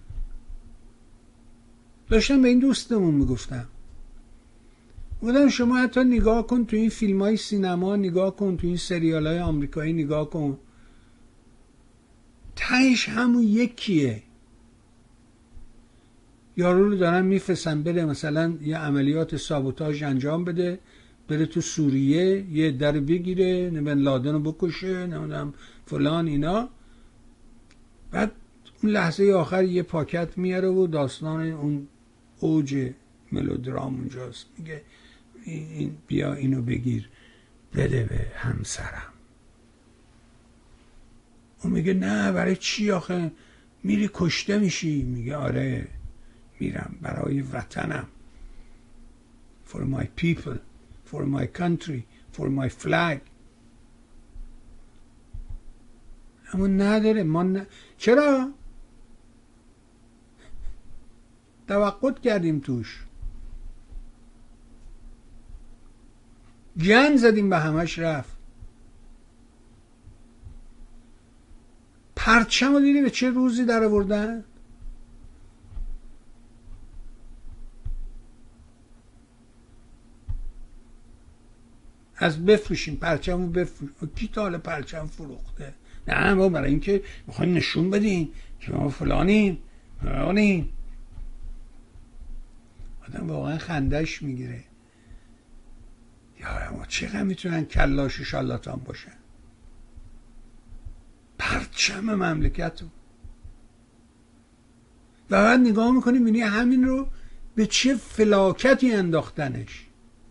داشتم به این دوستمون میگفتم، گفتم شما حتی نگاه کن تو این فیلم های سینما، نگاه کن تو این سریال های آمریکایی، نگاه کن، تهش همون یکیه. یارو رو دارن میفرستن بره مثلا یه عملیات سابوتاژ انجام بده، بره تو سوریه یه در بگیره، بن لادن رو بکشه، نمیدونم فلان اینا. بعد اون لحظه آخر یه پاکت میاره و داستان اون اوج ملودرام اونجاست، میگه این بیا اینو بگیر بده به همسرم. اون میگه نه برای چی آخه، میری کشته میشی. میگه آره میرم برای وطنم، for my people, for my country, for my flag. اما نداره. ما ن... چرا؟ توقع کردیم توش، گند زدیم به همش رفت. پرچم رو دیدی به چه روزی در آوردن؟ از بفروشیم پرچم رو بفروشیم. کی تا حالا پرچم فروخته؟ نه با برای اینکه میخوایم نشون بدین که ما فلانیم فلانیم. آدم واقعا خندش میگیره. یا ما چقدر میتونن کلاش و شالاتان باشن. پرچم مملکت رو و بعد نگاه میکنیم میبینی همین رو به چه فلاکتی انداختنش.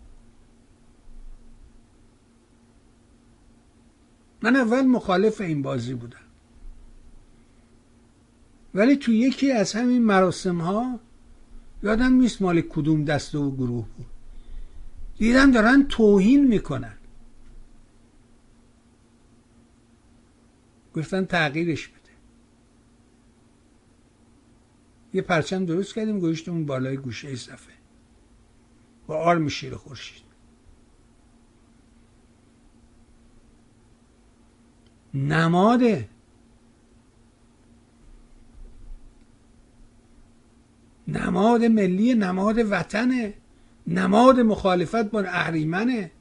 من اول مخالف این بازی بودم، ولی تو یکی از همین مراسم ها، یادم نیست مال کدوم دسته و گروه بود، دیدم دارن توهین میکنن. گفتن تغییرش بده. یه پرچم درست کردیم گوشتمون بالای گوشه صفحه با آرم شیر خورشید. نماده نماد ملی، نماد وطنه، نماد مخالفت با اهریمنه.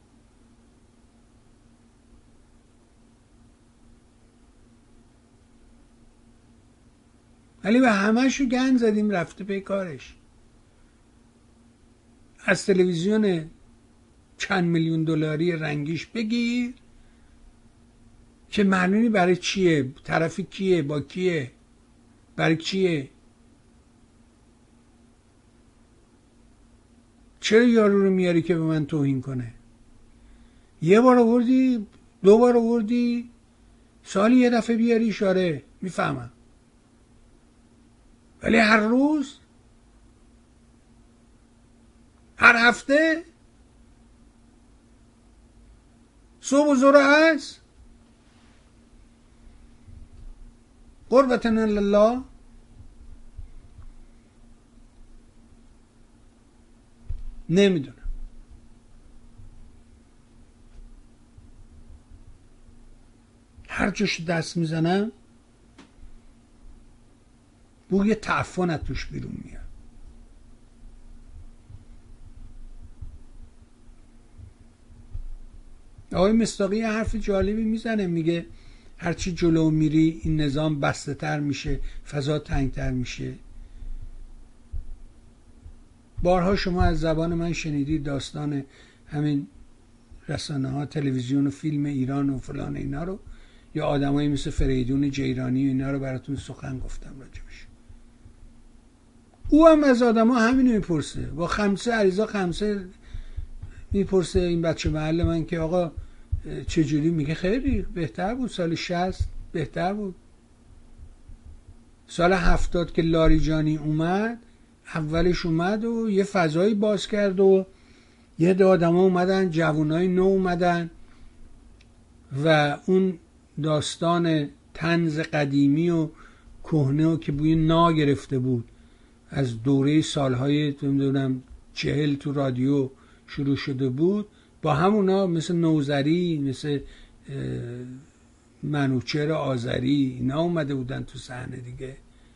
ولی به همه‌شو گند زدیم رفته پی کارش. از تلویزیون چند میلیون دلاری رنگیش بگیر که معلومی برای چیه، طرف کیه، با کیه، برای چیه. چرا یارو رو میاری که به من توهین کنه؟ یه بار آوردی، دو بار آوردی، سالی یه دفعه بیاری اشاره میفهمم. ولی هر روز، هر هفته، صبح و ظهر هست، قربتنا لله. نمیدونم. هر جاش دست میزنم بوی تعفن از توش بیرون میاد. آقای مصداقی حرف جالبی میزنه، میگه هرچی جلو میری این نظام بسته تر میشه، فضا تنگتر میشه. بارها شما از زبان من شنیدید داستان همین رسانه ها، تلویزیون و فیلم ایران و فلان اینا رو، یا آدمایی مثل فریدون جیرانی و اینا رو براتون سخن گفتم راجبش. او هم از آدما همینو میپرسه، با خمسه عریضا خمسه میپرسه این بچه محل من که آقا چجوری؟ میگه خیلی بهتر بود، سال شصت بهتر بود. سال هفتاد که لاریجانی اومد، اولش اومد و یه فضایی باز کرد و یه ده آدم ها اومدن، جوانای نو اومدن و اون داستان طنز قدیمی و کهنه و که بوی نا گرفته بود از دوره سالهای نمیدونم چهل تو رادیو شروع شده بود، با همونا مثل نوذری، مثل منوچهر آذری اینا اومده بودن تو صحنه دیگه.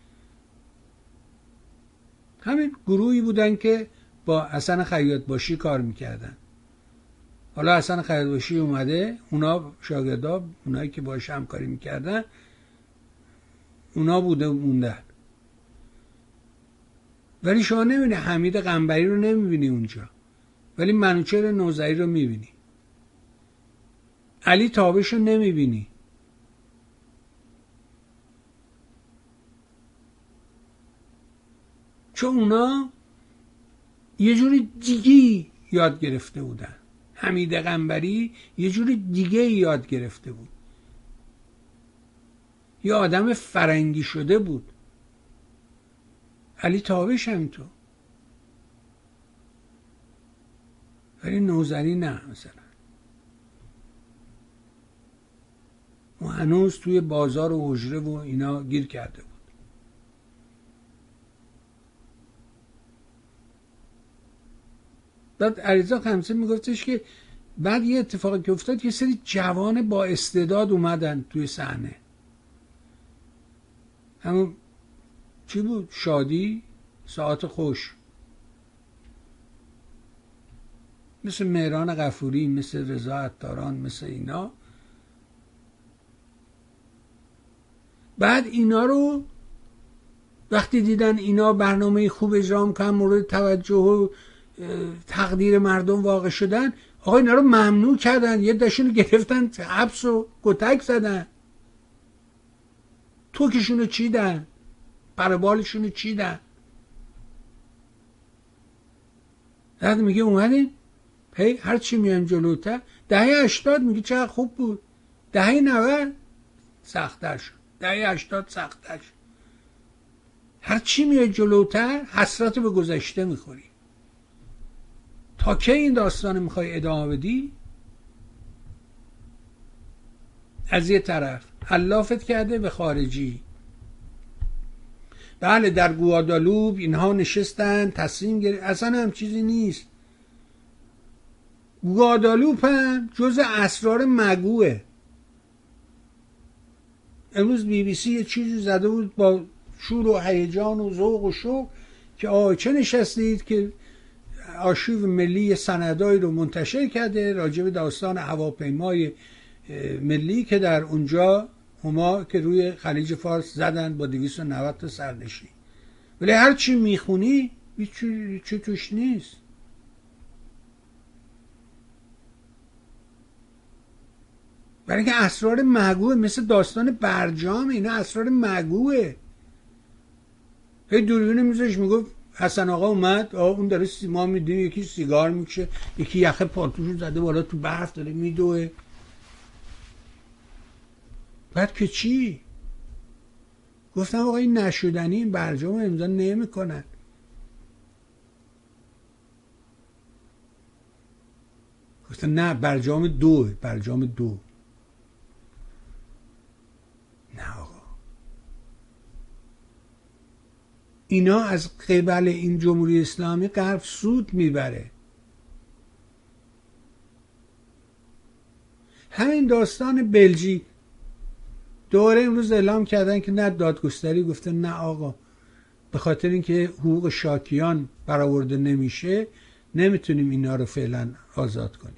همین گروهی بودن که با حسن خیاطباشی کار میکردن. حالا حسن خیاطباشی اومده، اونا شاگردا، اونایی که باهاش همکاری میکردن اونا بوده موندن. ولی شما نمیبینی حمید قنبری رو نمیبینی اونجا، ولی منوچهر نوذری رو میبینی. علی تابش رو نمیبینی. چون اونا یه جوری دیگه یاد گرفته بودن. حمید قنبری یه جوری دیگه یاد گرفته بود، یه آدم فرنگی شده بود. علی تابش هم تو، ولی نوذری نه. مثلا و هنوز توی بازار و حجره و اینا گیر کرده بود. بعد علیرضا خمسه میگفتش که بعد یه اتفاقی که افتاد، یه سری جوان با استعداد اومدن توی صحنه. همون چی بود؟ شادی، ساعت خوش، مثل مهران غفوری، مثل رضا عطاران، مثل اینا. بعد اینا رو وقتی دیدن اینا برنامه خوب اجرا میکنن، مورد توجه و تقدیر مردم واقع شدن، آقا اینا رو ممنوع کردن، یه دشون گرفتن حبس و کتک زدن، توکشونو چیدن، پربالشونو چیدن. بعد میگه اومدیم هی هر چی میایم جلوتر، دهه هشتاد میگه چقدر خوب بود، دهه نود سخت‌تر شد، دهه هشتاد سخت‌تر شد. هر چی میای جلوتر حسرت به گذشته میخوری. تا کی این داستان میخوای ادامه بدی؟ از یه طرف علافت کرده به خارجی. بله در گوادالوپ اینها نشستن تصمیم گرفت، اصلا هم چیزی نیست. گوادالوپ هم جز اسرار مگوه. امروز بی بی سی یه چیزی زده بود با شور و هیجان و ذوق و شوق که آه چه نشستید که آرشیو ملی سندایی رو منتشر کرده راجع به داستان هواپیمای ملی که در اونجا هما که روی خلیج فارس زدن با دویست و نود تا سرنشین. ولی هر چی میخونی چی توش نیست. برای اینکه اسرار مگوه، مثل داستان برجام، اینا اسرار مگوه. هی دوربین میذاش میگفت حسن آقا اومد، آقا اون داره سیما میدیم، یکی سیگار میکشه، یکی یخه پالتوشو زده بالا تو برف داره میدوه. بعد که چی؟ گفتم آقا این نشدنی، این برجام امضا نمیکنن. گفتم نه برجام دو، برجام دو. نه آقا اینا از قبل این جمهوری اسلامی غرب سود میبره. همین داستان بلژیک دوره امروز اعلام کردن که نه دادگستری، گفته نه آقا به خاطر اینکه حقوق شاکیان برآورده نمیشه نمیتونیم اینا رو فعلا آزاد کنیم.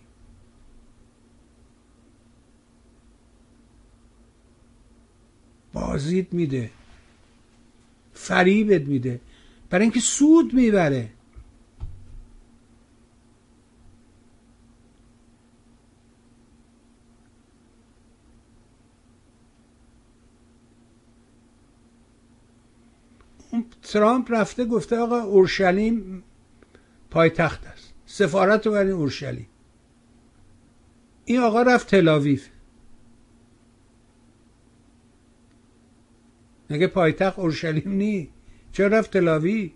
بازیت میده، فریبت میده، برای اینکه سود میبره. ترامپ رفته گفته آقا اورشلیم پایتخت است، سفارت رو برین اورشلیم. این آقا رفت تل‌آویو، مگه پایتخت اورشلیم نی؟ چرا رفت تل‌آویو؟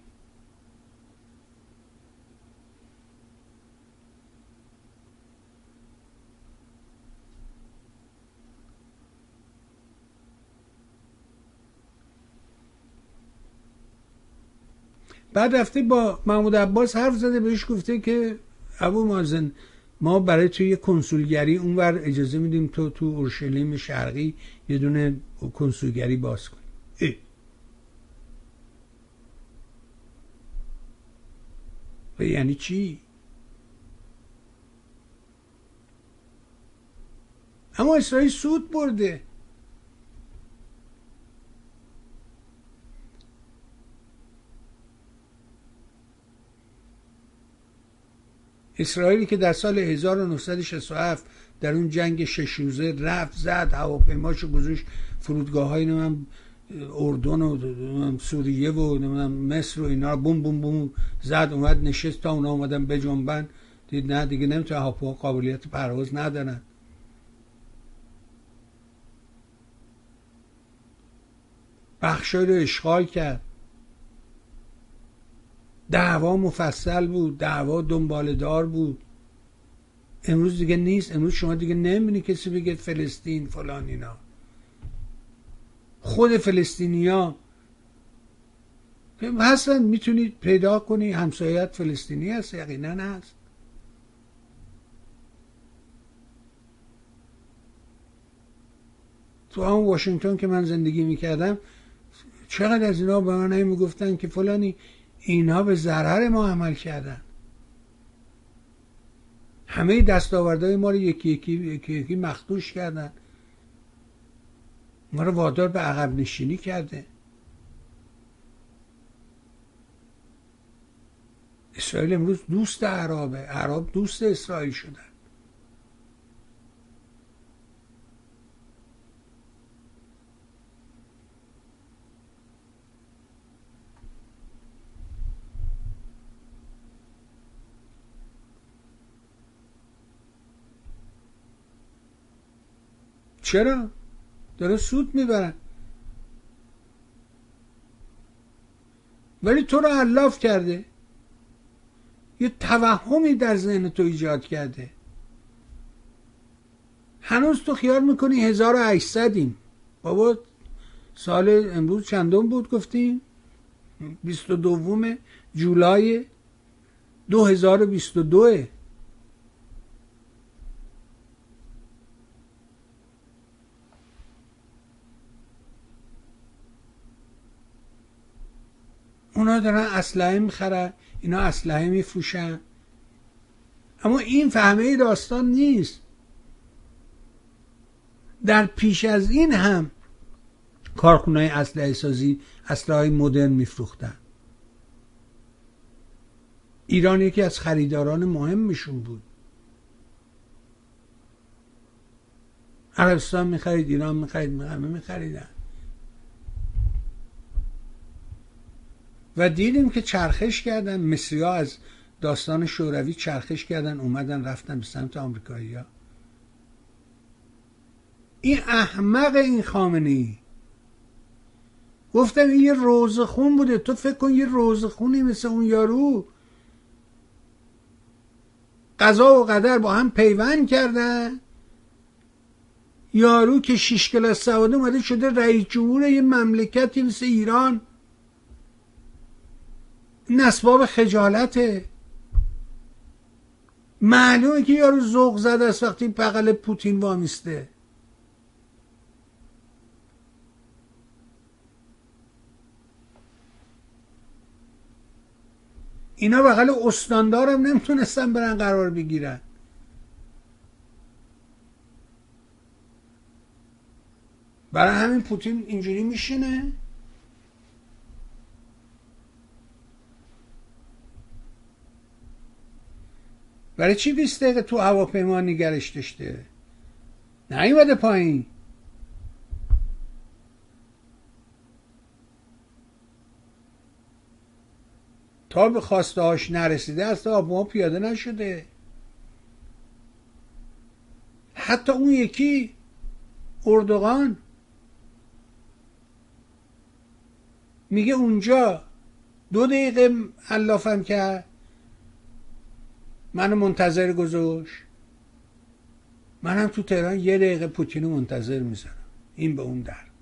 بعد رفته با محمود عباس حرف زده، بهش گفته که ابو مازن ما برای توی یه کنسولگری اونور اجازه میدیم تو تو اورشلیم شرقی یه دونه کنسولگری باز کنی. اه. و یعنی چی؟ اما اسرائیل سود برده. اسرائیلی که در سال هزار و نهصد و شصت و هفت در اون جنگ شش روزه رفت زد، هواپیماشو گذاشت فرودگاه‌های نمیدونم اردن و سوریه و نمیدونم مصر و اینا بوم بوم بوم زد، اومد نشست تا اونا اومدن بجنبن، دید نه دیگه نمیتونه، هواپیما قابلیت پرواز ندارن. بخشای رو اشغال کرد. دعوا مفصل بود، دعوا دنباله دار بود. امروز دیگه نیست. امروز شما دیگه نمیبینی کسی بگه فلسطین فلان اینا. خود فلسطینیا هستن، میتونید پیدا کنی همسایت فلسطینی هست، یقینا هست. تو همون واشنگتن که من زندگی میکردم چقدر از اینا به من میگفتن که فلانی اینا به ضرر ما عمل کردن، همه دستاوردهای ما رو یکی یکی یکی یکی مخدوش کردن، ما رو وادار به عقب نشینی کرده. اسرائیل امروز دوست عربه، عرب دوست اسرائیل شدن. چرا؟ داره سود میبرن. ولی تو رو علاف کرده، یه توهمی در ذهن تو ایجاد کرده. هنوز تو خیال میکنی هزار و هشتصدیم. بابا سال امروز چندم بود گفتیم؟ بیست و دوم جولای دو هزار و بیست و دو. اونا دارن اسلحه میخرن، اینا اسلحه میفروشن. اما این فهمه داستان نیست. در پیش از این هم کارخونه‌های اسلحه سازی اسلحه مدرن میفروختن. ایران یکی از خریداران مهمشون بود. عربستان میخرید، ایران میخرید، همه میخریدن. و دیدیم که چرخش کردن. مصری‌ها از داستان شوروی چرخش کردن، اومدن رفتن به سمت آمریکایی‌ها. این احمق این خامنه‌ای، گفتم این یه روزخون بوده. تو فکر کن یه روزخونی مثل اون یارو، قضا و قدر با هم پیوند کردن. یارو که شش کلاس سواد اومده شده رئیس جمهور یه مملکتی مثل ایران. این اسباب خجالته. معلومه که یارو ذوق زده است وقتی بغل پوتین وامیسته. اینا بغل استاندارم نمیتونستن برن قرار بگیرن. برای همین پوتین اینجوری میشینه. برای چی بیست دقیقه تو هواپیما نگرش داشته؟ نیومده پایین. تا به خواسته هاش نرسیده است آبما پیاده نشده. حتی اون یکی اردوغان میگه اونجا دو دقیقه علافم کرد، منو منتظر گذاشت، منم تو تهران یه دقیقه پوتینو منتظر میذارم، این به اون در.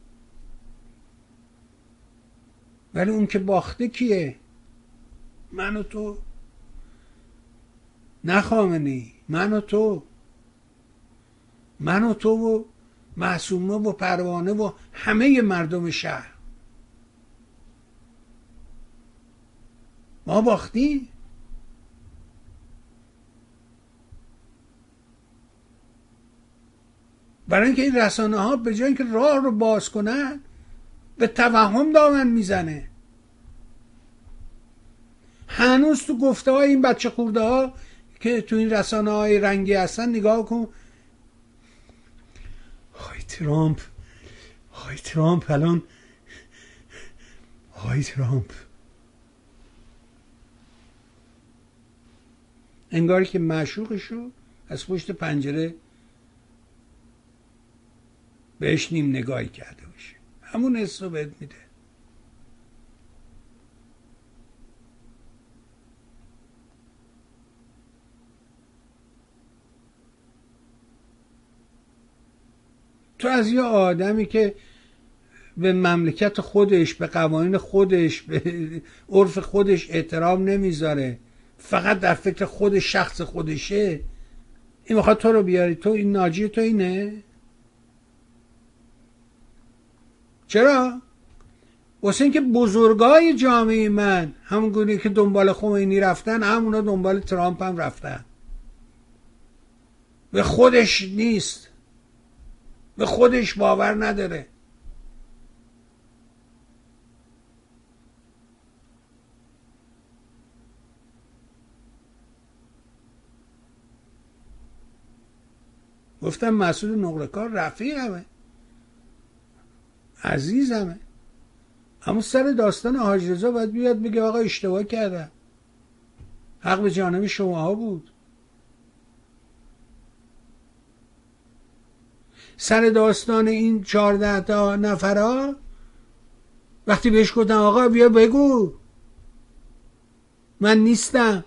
ولی اون که باخته کیه؟ من و تو، نه خامنه‌ای، من و تو، من و تو و معصومه و پروانه و همه مردم شهر. ما باختیم. برای اینکه این رسانه ها به جای اینکه راه رو باز کنن به توهم دامن میزنه. هنوز تو گفته های این بچه خورده ها که تو این رسانه های رنگی هستن نگاه کن، های ترامپ، های ترامپ الان، های ترامپ انگاری که معشوقشو از پشت پنجره بهش نیم نگاهی کرده باشه. همون حس رو بهت میده. تو از یه آدمی که به مملکت خودش، به قوانین خودش، به عرف خودش احترام نمیذاره، فقط در فکر خود شخص خودشه، این میخواد تو رو بیاری. تو این ناجی تو اینه؟ چرا؟ واسه اینکه بزرگای جامعه من همون گونه که دنبال خمینی رفتن، همونا دنبال ترامپ هم رفتن. به خودش نیست، به خودش باور نداره. گفتم مسعود نقره‌کار رفیقمه، عزیزمه، اما سر داستان حاج رضا باید بیاد بگه آقا اشتباه کردم، حق به جانب شماها بود. سر داستان این چهارده تا نفرها وقتی بهش گفتم آقا بیا بگو من نیستم،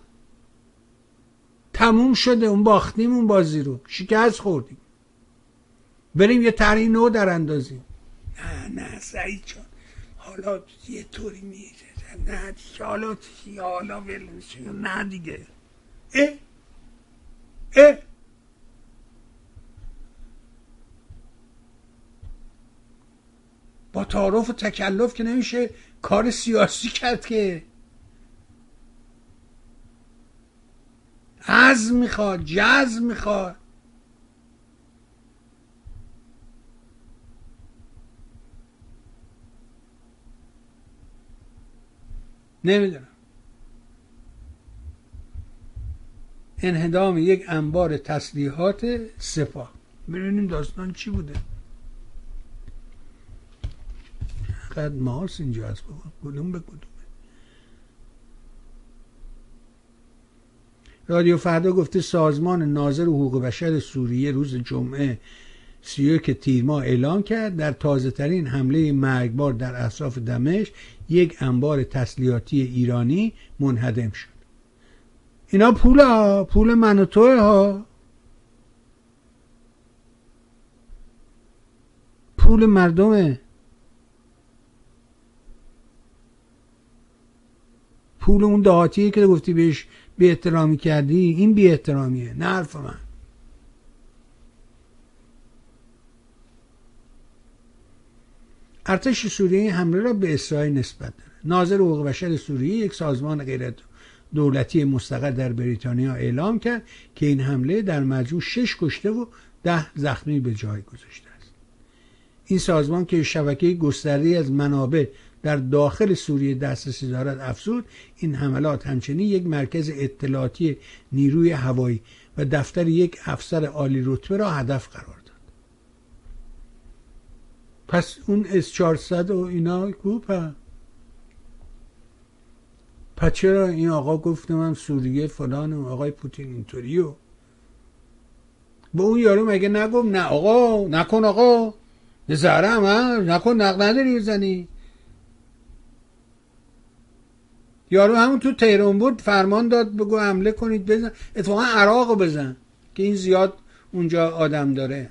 تموم شده، اون باختیم، اون بازی رو شکست خوردیم، بریم یه طرح نو در اندازیم. نه نه سعید جان حالا یه طوری میره، نه دیگه حالا دیگه حالا ولش، نه دیگه اه اه با تعارف و تکلف که نمیشه کار سیاسی کرد، که عزم میخواد، جزم میخواد. نمیدونم انهدام یک انبار تسلیحات سپاه. ببینیم داستان چی بوده. قد ماس اینجا هست بابا، کدوم به کدومه. رادیو فردا گفته سازمان ناظر حقوق بشر سوریه روز جمعه سی و یک تیر ماه اعلام کرد در تازه ترین حمله مرگبار در اطراف دمشق یک انبار تسلیحاتی ایرانی منهدم شد. اینا پول ها، پول من و توه ها، پول مردمه، پول اون دهاتیه که گفتی بهش بی احترامی کردی. این بی احترامیه، نه حرف من. ارتش سوریه این حمله را به اسرائیل نسبت داده. ناظر حقوق بشر سوریه، یک سازمان غیر دولتی مستقل در بریتانیا، اعلام کرد که این حمله در مجموع شش کشته و ده زخمی به جای گذاشته است. این سازمان که شبکه گسترده‌ای از منابع در داخل سوریه دسترسی دارد افزود این حملات همچنین یک مرکز اطلاعاتی نیروی هوایی و دفتر یک افسر عالی رتبه را هدف قرار داد. پس اون اس چهارصد و اینا کوپه، پس چرا این آقا گفته من سوریه فلان و آقای پوتین اینطوری و با اون یارو مگه نگم نه آقا نکن آقا یه ذره هم نکن نق نداری بزنی. یارو همون تو تهران بود فرمان داد بگو حمله کنید بزن، اتفاقا عراق بزن که این زیاد اونجا آدم داره.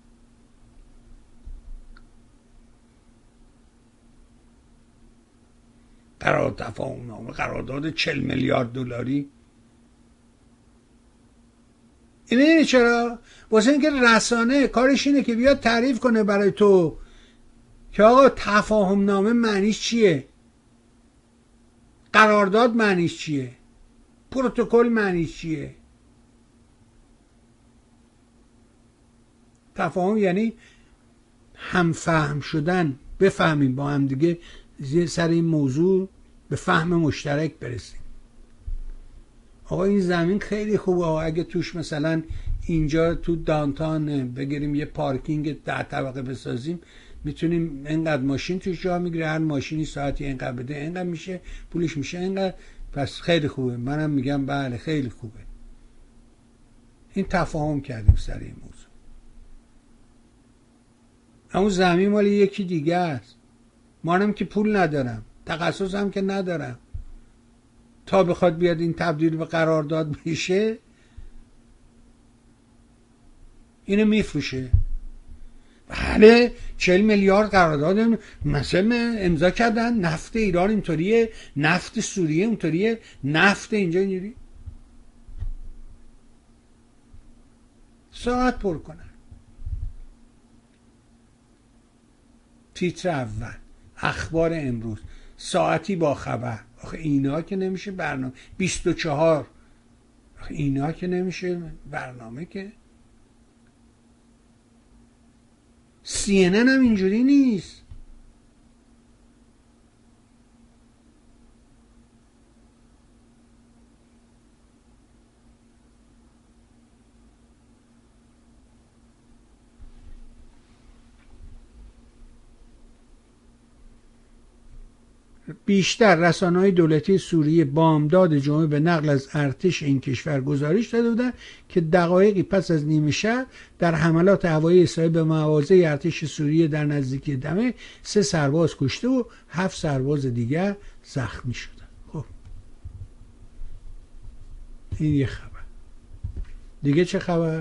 قرار تفاهم نامه، قرارداد چهل میلیارد دلاری. اینه چرا؟ واسه اینکه رسانه کارش اینه که بیاد تعریف کنه برای تو که آقا تفاهم نامه معنیش چیه، قرارداد معنیش چیه، پروتکل معنیش چیه. تفاهم یعنی همفهم شدن، بفهمیم با هم دیگه سر این موضوع به فهم مشترک برسیم. آقا این زمین خیلی خوبه، اگه توش مثلا اینجا تو دانتان بگیریم یه پارکینگ ده طبقه بسازیم، میتونیم اینقدر ماشین توش جا میگیره، هر ماشینی ساعتی اینقدر بده اینقدر میشه پولش میشه اینقدر، پس خیلی خوبه. منم میگم بله خیلی خوبه. این تفاهم کردیم سر این موضوع. اما زمین مال یکی دیگه است. منم که پول ندارم، تخصص هم که ندارم، تا بخواد بیاد این تبدیل به قرارداد بشه اینو میفروشه. بله چهل میلیارد قرارداد مثلا امضا کردن، نفت ایران اینطوریه، نفت سوریه اونطوریه، نفت اینجا اینجوری. ساعت پر کنن. تیتر اول اخبار امروز ساعتی با خبر. آخه اینا که نمیشه برنامه. بیست و چهار آخه اینا که نمیشه برنامه. که سی ان ان هم اینجوری نیست. بیشتر رسانه‌های دولتی سوریه بامداد جمعه به نقل از ارتش این کشور گزارش داده بودند که دقایقی پس از نیمه شب در حملات هوایی اسرائیل به مواضع ارتش سوریه در نزدیکی دمشق سه سرباز کشته و هفت سرباز دیگر زخمی شدند. خب این یه خبر. دیگه چه خبر؟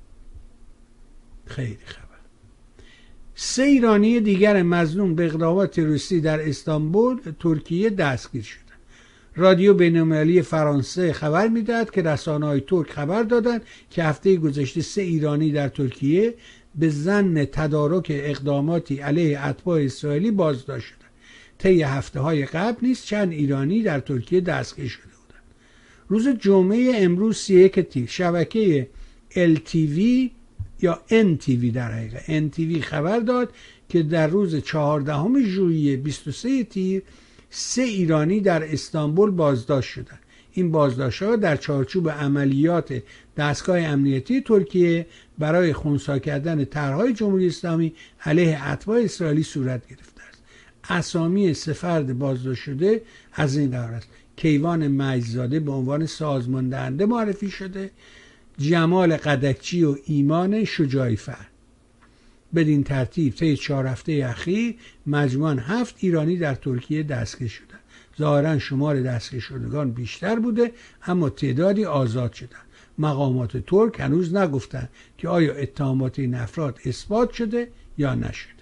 خیلی خبر. سه ایرانی دیگر مظنون به اقدامات تروریستی در استانبول ترکیه دستگیر شدند. رادیو بین‌المللی فرانسه خبر می‌دهد که رسانه‌های ترک خبر دادند که هفته گذشته سه ایرانی در ترکیه به ظن تدارک اقداماتی علیه اتباع اسرائیلی بازداشت شدند. طی هفته‌های قبل نیز چند ایرانی در ترکیه دستگیر شده بودند. روز جمعه امروز سی و یک تیر شبکه ال تی وی یا ان تی وی در حقیقت ان تی وی خبر داد که در روز چهاردهم ژوئیه بیست و سه تیر سه ایرانی در استانبول بازداشت شدند. این بازداشت‌ها در چارچوب عملیات دستگاه امنیتی ترکیه برای خنثی کردن طرح‌های جمهوری اسلامی علیه اتباع اسرائیلی صورت گرفته است. اسامی سه فرد بازداشت شده از این قرار است: کیوان مجدزاده به عنوان سازمان دهنده معرفی شده، جمال قدکچی و ایمان شجاعی فر. بدین ترتیب طی چهار هفته اخیر مجموعاً هفت ایرانی در ترکیه دستگیر شدند. ظاهراً شمار دستگیر شدگان بیشتر بوده اما تعدادی آزاد شدند. مقامات ترک هنوز نگفتند که آیا اتهامات این افراد اثبات شده یا نشده.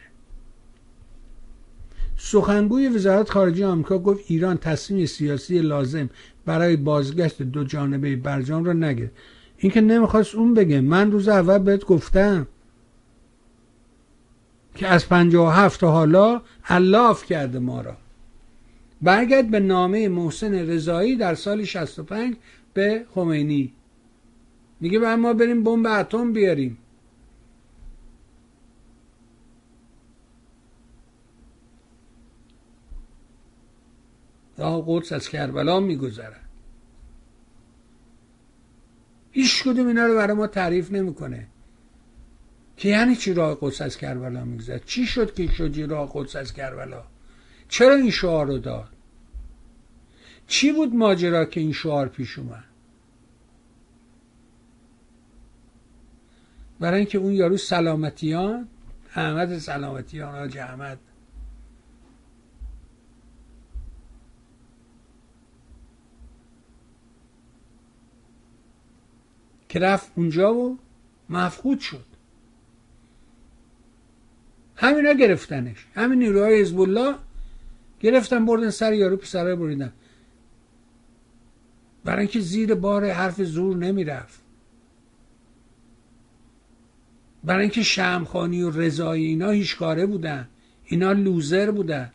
سخنگوی وزارت خارجه آمریکا گفت ایران تصمیم سیاسی لازم برای بازگشت دو جانبه برجام را نگرفت. این که نمیخواست اون بگه. من روز اول بهت گفتم که از پنجاه و هفت تا حالا الاف کرده ما را. برگرد به نامه محسن رضایی در سال شصت و پنج به خمینی، میگه باید ما بریم بمب اتم بیاریم. راه قدس از کربلا میگذره. هیچ کدوم اینا رو برای ما تعریف نمیکنه که یعنی چی راه قدس از کربلا میگذره. چی شد که شد راه قدس از کربلا؟ چرا این شعار رو داد؟ چی بود ماجرا که این شعار پیش اومد؟ برای اینکه اون یارو سلامتیان، احمد سلامتیان، حاج احمد، که رفت اونجا و مفقود شد. همینا گرفتنش، همین نیروهای حزب الله گرفتن بردن سر یارو پسرای بریدن، برای اینکه زیر بار حرف زور نمیرفت، برای اینکه شمخانی و رضایی اینا هیچ کاره بودن، اینا لوزر بودن.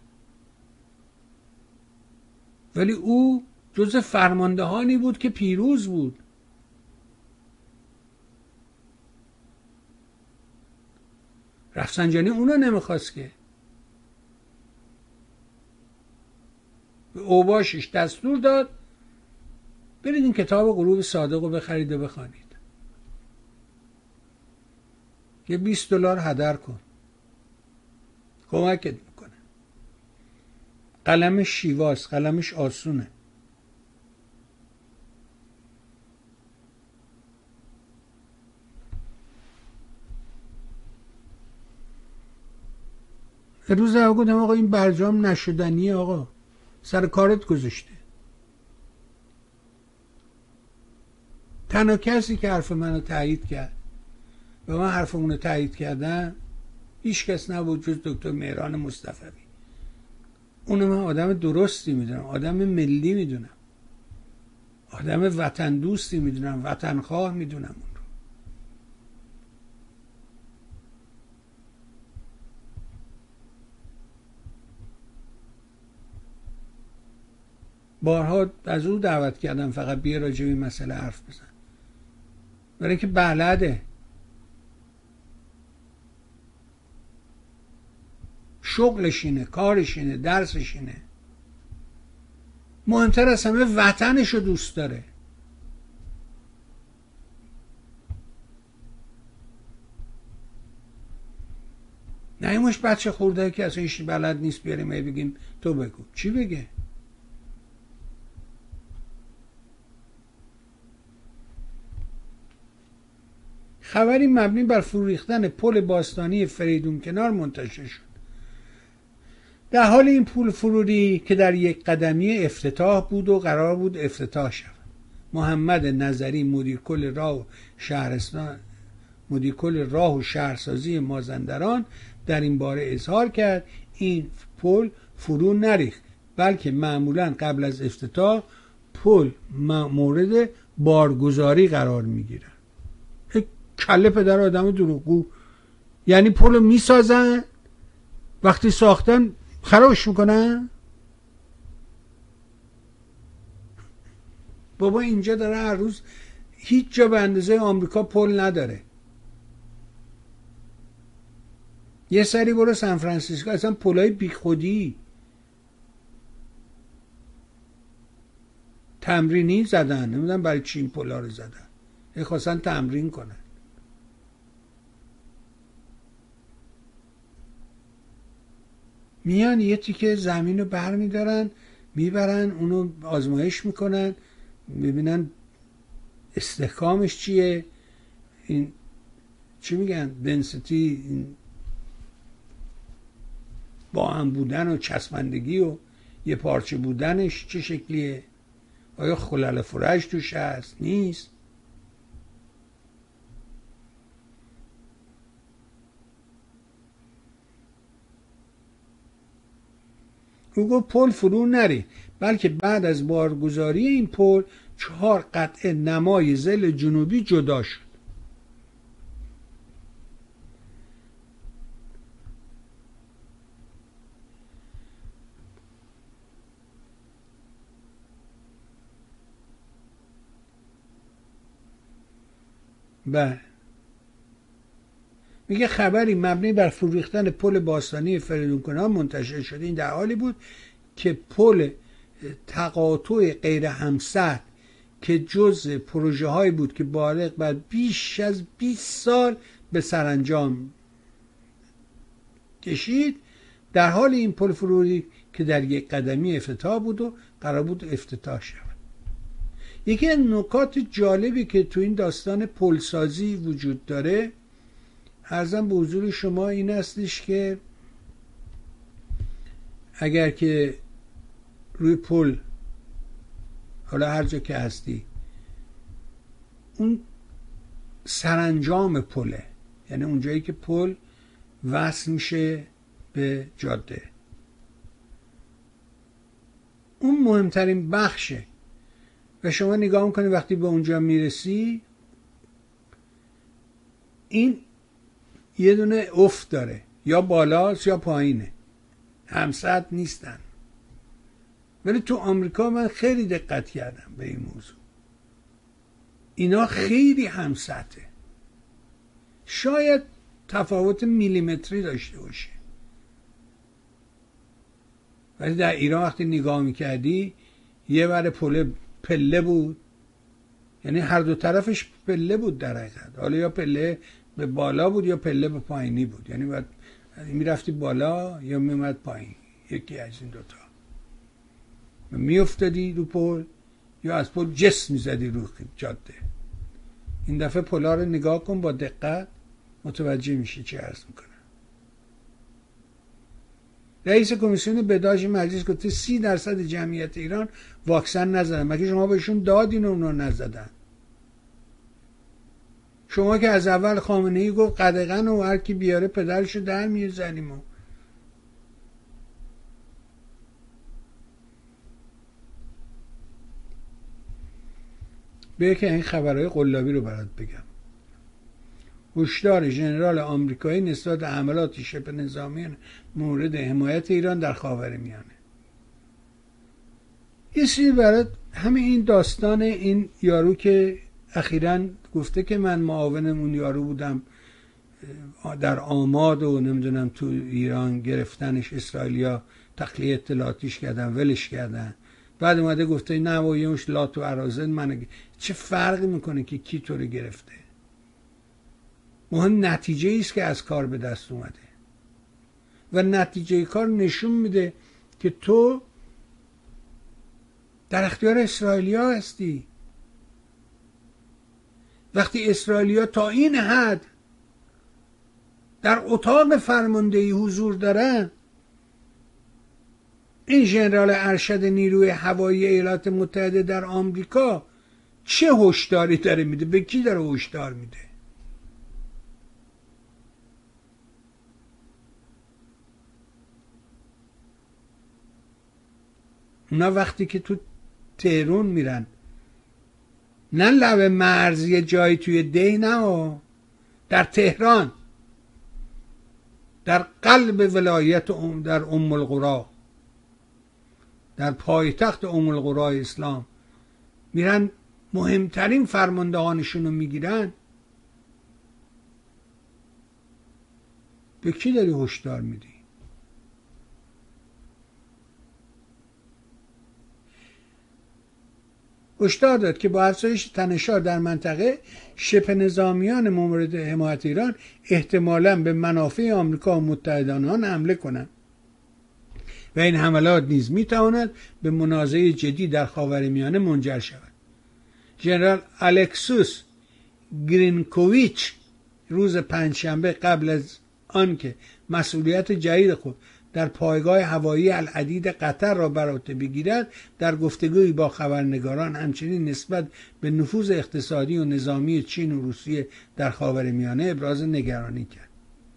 ولی او جز فرماندهانی بود که پیروز بود. رفسنجانی اونو نمیخواست که. به اوباشش دستور داد برید این کتاب غروب صادق رو بخرید و بخوانید، یه بیست دلار هدر کن، کمکت میکنه. قلمش شیواست، قلمش آسونه. روز اول گفتم آقا این برجام نشدنیه، آقا سر کارت گذاشته. تنها کسی که حرف منو تایید کرد و من حرف اونو تایید کردم هیچ کس نبود جز دکتر مهران مصطفی. اونو من آدم درستی میدونم، آدم ملی میدونم، آدم وطن دوستی میدونم، وطن خواه میدونم. اون رو بارها از او دعوت کردم فقط بیا راجع به این مسئله حرف بزن، برای اینکه بلده، شغلش اینه، کارش اینه، درسش اینه. مهمتر از همه وطنش رو دوست داره. نه این مش بچه خورده که اصلا هیچ بلد نیست بیاریم ای بگیم تو بگو. چی بگه؟ خبری مبنی بر فرو ریختن پل باستانی فریدون کنار منتشر شد. در حال این پل فروری که در یک قدمی افتتاح بود و قرار بود افتتاح شود، محمد نظری مدیر کل راه و شهرستان مدیر کل راه و شهرسازی مازندران در این باره اظهار کرد این پل فرو نریخت، بلکه معمولا قبل از افتتاح پل مورد بارگذاری قرار میگیرد. کله پدر آدم دروغگو. یعنی پلو میسازن، وقتی ساختن خرابش میکنن. بابا اینجا داره هر روز هیچ جا به اندازه آمریکا پل نداره. یه سری برو سان فرانسیسکو اصلا پلای بی خودی تمرینی زدن، نمیدونم برای چی این پلا رو زدن، خواستن تمرین کنن. میان یه تیکه زمین رو بر میدارن میبرن اونو آزمایش میکنن ببینن استحکامش چیه، این چی میگن دنسیتی، این با هم بودن و چسبندگی و یه پارچه بودنش چه شکلیه، آیا خلل فرش توش هست نیست. او گفت پل فرو نری، بلکه بعد از بارگذاری این پل چهار قطعه نمای ضلع جنوبی جدا شد. بله میگه خبری مبنی بر فرو ریختن پل باستانی فریدون کنار منتشر شده. این در حالی بود که پل تقاطع غیر همسد که جزء پروژه هایی بود که بالغ بر بیش از بیست سال به سرانجام کشید، در حال این پل فرو که در یک قدمی افتتاح بود و قرار بود افتتاح شود. یکی از نکات جالبی که تو این داستان پلسازی وجود داره، عرضم به حضور شما این استش که اگر که روی پل، حالا هر جا که هستی، اون سرانجام پله، یعنی اونجایی که پل وصل میشه به جاده، اون مهمترین بخشه و شما نگاه میکنی وقتی به اونجا میرسی این یه دونه افت داره، یا بالاست یا پایینه، همسط نیستن. ولی تو آمریکا من خیلی دقت کردم به این موضوع، اینا خیلی همسطه، شاید تفاوت میلیمتری داشته باشه، ولی در ایران وقتی نگاه میکردی یه ور پله پله بود، یعنی هر دو طرفش پله بود در حقیقت، حالا یا پله به بالا بود یا پله به پایینی بود، یعنی باید میرفتی بالا یا میمد پایین، یکی از این دوتا، میافتادی رو پل یا از پل جسم میزدی رو جاده. این دفعه پلا رو نگاه کن با دقت، متوجه میشی چه عرض میکنه. رئیس کمیسیون بهداشت مجلس گفته سی درصد جمعیت ایران واکسن نزدن. مگه شما بهشون دادین و اونا نزدن؟ شما که از اول خامنه‌ای گفت قدغن و هر کی بیاره پدرشو در میزنیم و بیا که این خبرهای قلابی رو برات بگم. هشدار ژنرال آمریکایی نسبت به حملات شبه نظامیان مورد حمایت ایران در خاورمیانه. یه چیزی برات، همه این داستان این یارو که اخیراً گفته که من معاون اون یارو بودم در آماد و نمیدونم تو ایران گرفتنش، اسرائیلیا تخلیه اطلاعاتیش کردن، ولش کردن، بعد اومده گفته نه و یه مش لات و ارازل من. چه فرقی میکنه که کی تو رو گرفته؟ مهم نتیجه ایست که از کار به دست اومده و نتیجه کار نشون میده که تو در اختیار اسرائیلیا هستی. وقتی اسرائیلیا تا این حد در اتاق فرماندهی حضور دارن، این ژنرال ارشد نیروی هوایی ایالات متحده در آمریکا چه هشداری داره میده؟ به کی داره هشدار میده؟ اونا وقتی که تو تهران میرن، نه لب مرز یه جایی توی ده، نه، در تهران، در قلب ولایت ام در ام القری، در پایتخت ام القری اسلام میرن مهمترین فرماندهانشون رو میگیرن. به کی داری هشدار میدی؟ هشدار داد که با افزایش تنش‌ها در منطقه، شبه نظامیان مورد حمایت ایران احتمالاً به منافع آمریکا و متحدان آن حمله کنند و این حملات نیز میتواند به منازعه جدی در خاورمیانه منجر شود. ژنرال الکسوس گرینکوویچ روز پنجشنبه قبل از آنکه مسئولیت جدید خود در پایگاه هوایی العدید قطر را بر عهده بگیرد، در گفتگویی با خبرنگاران همچنین نسبت به نفوذ اقتصادی و نظامی چین و روسیه در خاورمیانه ابراز نگرانی کرد.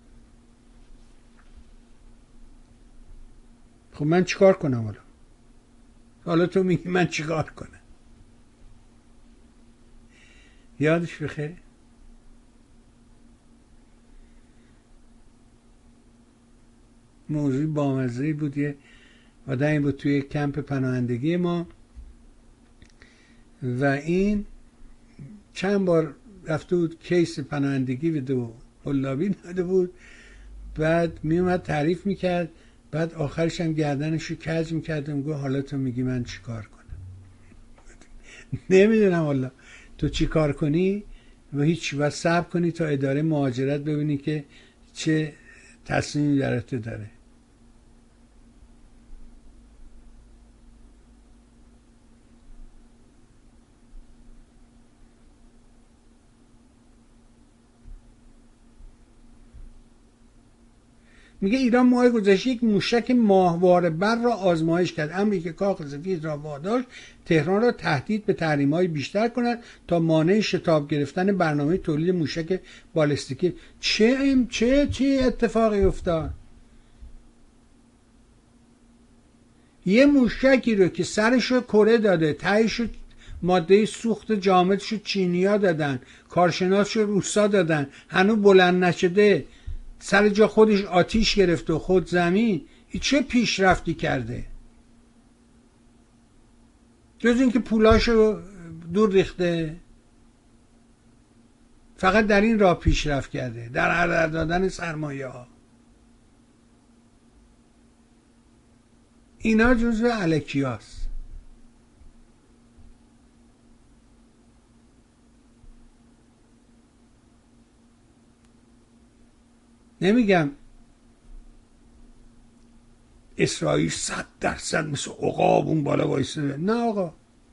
خب من چیکار کنم حالا؟ حالا تو میگی من چیکار کنم؟ یادش بخیر موضوع بامزه‌ای بود. یه آدمی بود توی کمپ پناهندگی ما و این چند بار رفته بود کیس پناهندگی به دو قلابی داده بود، بعد میومد تعریف میکرد، بعد آخرش هم گردنشو کج میکرد و میگه حالا تو میگی من چی کار کنم؟ نمیدونم حالا تو چی کار کنی و هیچ، و صبر کنی تا اداره مهاجرت ببینی که چه تصمیمی در ارتباط داره. میگه ایران ماه گذشته یک موشک ماهواره بر را آزمایش کرد، امری که کاخ سفید را واداشت تهران را تهدید به تحریم‌های بیشتر کند تا مانع شتاب گرفتن برنامه تولید موشک بالستیکی. چه چه چه اتفاقی افتاد؟ یه موشکی رو که سرشو کره داده، تهشو ماده سوخت جامدشو چینیا دادن، کارشناسشو روسا دادن، هنوز بلند نشده، سر جا خودش آتیش گرفته و خود زمین، این چه پیشرفتی کرده؟ جز اینکه پولاشو دور ریخته، فقط در این راه پیشرفت کرده، در هدر دادن سرمایه ها. اینا جزو الکیاست. نمیگم اسرائیل صد درصد مثل عقاب اون بالا وایسه، نه آقا،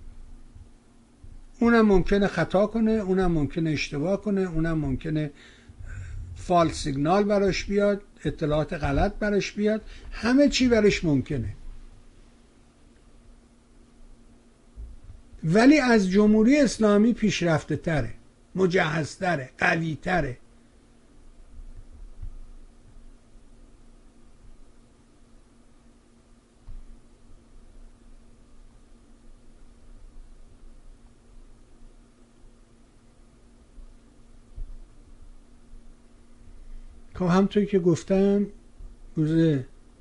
اونم ممکنه خطا کنه، اونم ممکنه اشتباه کنه، اونم ممکنه فالس سیگنال براش بیاد، اطلاعات غلط براش بیاد، همه چی براش ممکنه. ولی از جمهوری اسلامی پیشرفته تره، مجهز تره، قوی تره. خب همونطور که گفتم روز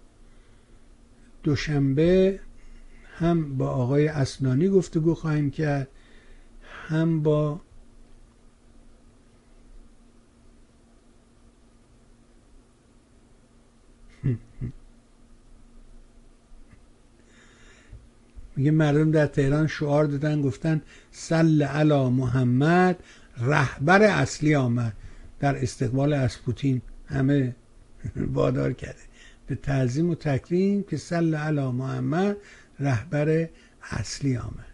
دوشنبه هم با آقای اسنانی گفتگو خواهیم کرد، هم با میگه مردم در تهران شعار دادن، گفتن صل علی محمد، رهبر اصلی آمد. در استقبال از پوتین همه وادار کرده به تعظیم و تکریم که صل علی محمد، رهبر اصلی آمد.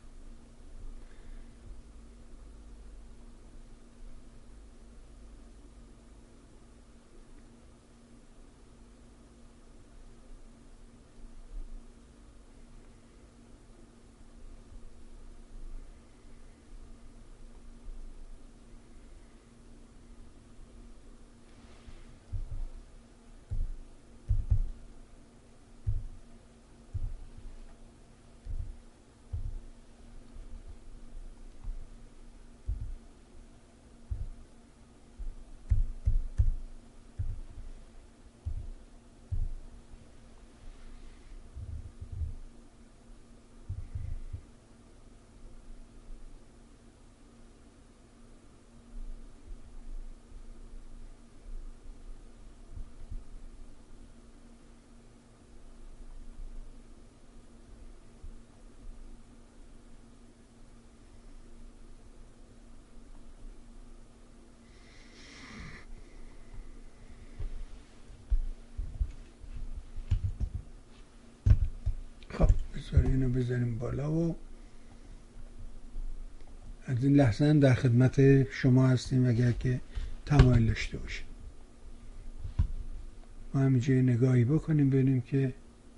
خب بذار اینو بذاریم بالا و از این لحظه هم در خدمت شما هستیم اگر که تمایل داشته باشیم. ما همینجا نگاهی بکنیم ببینیم که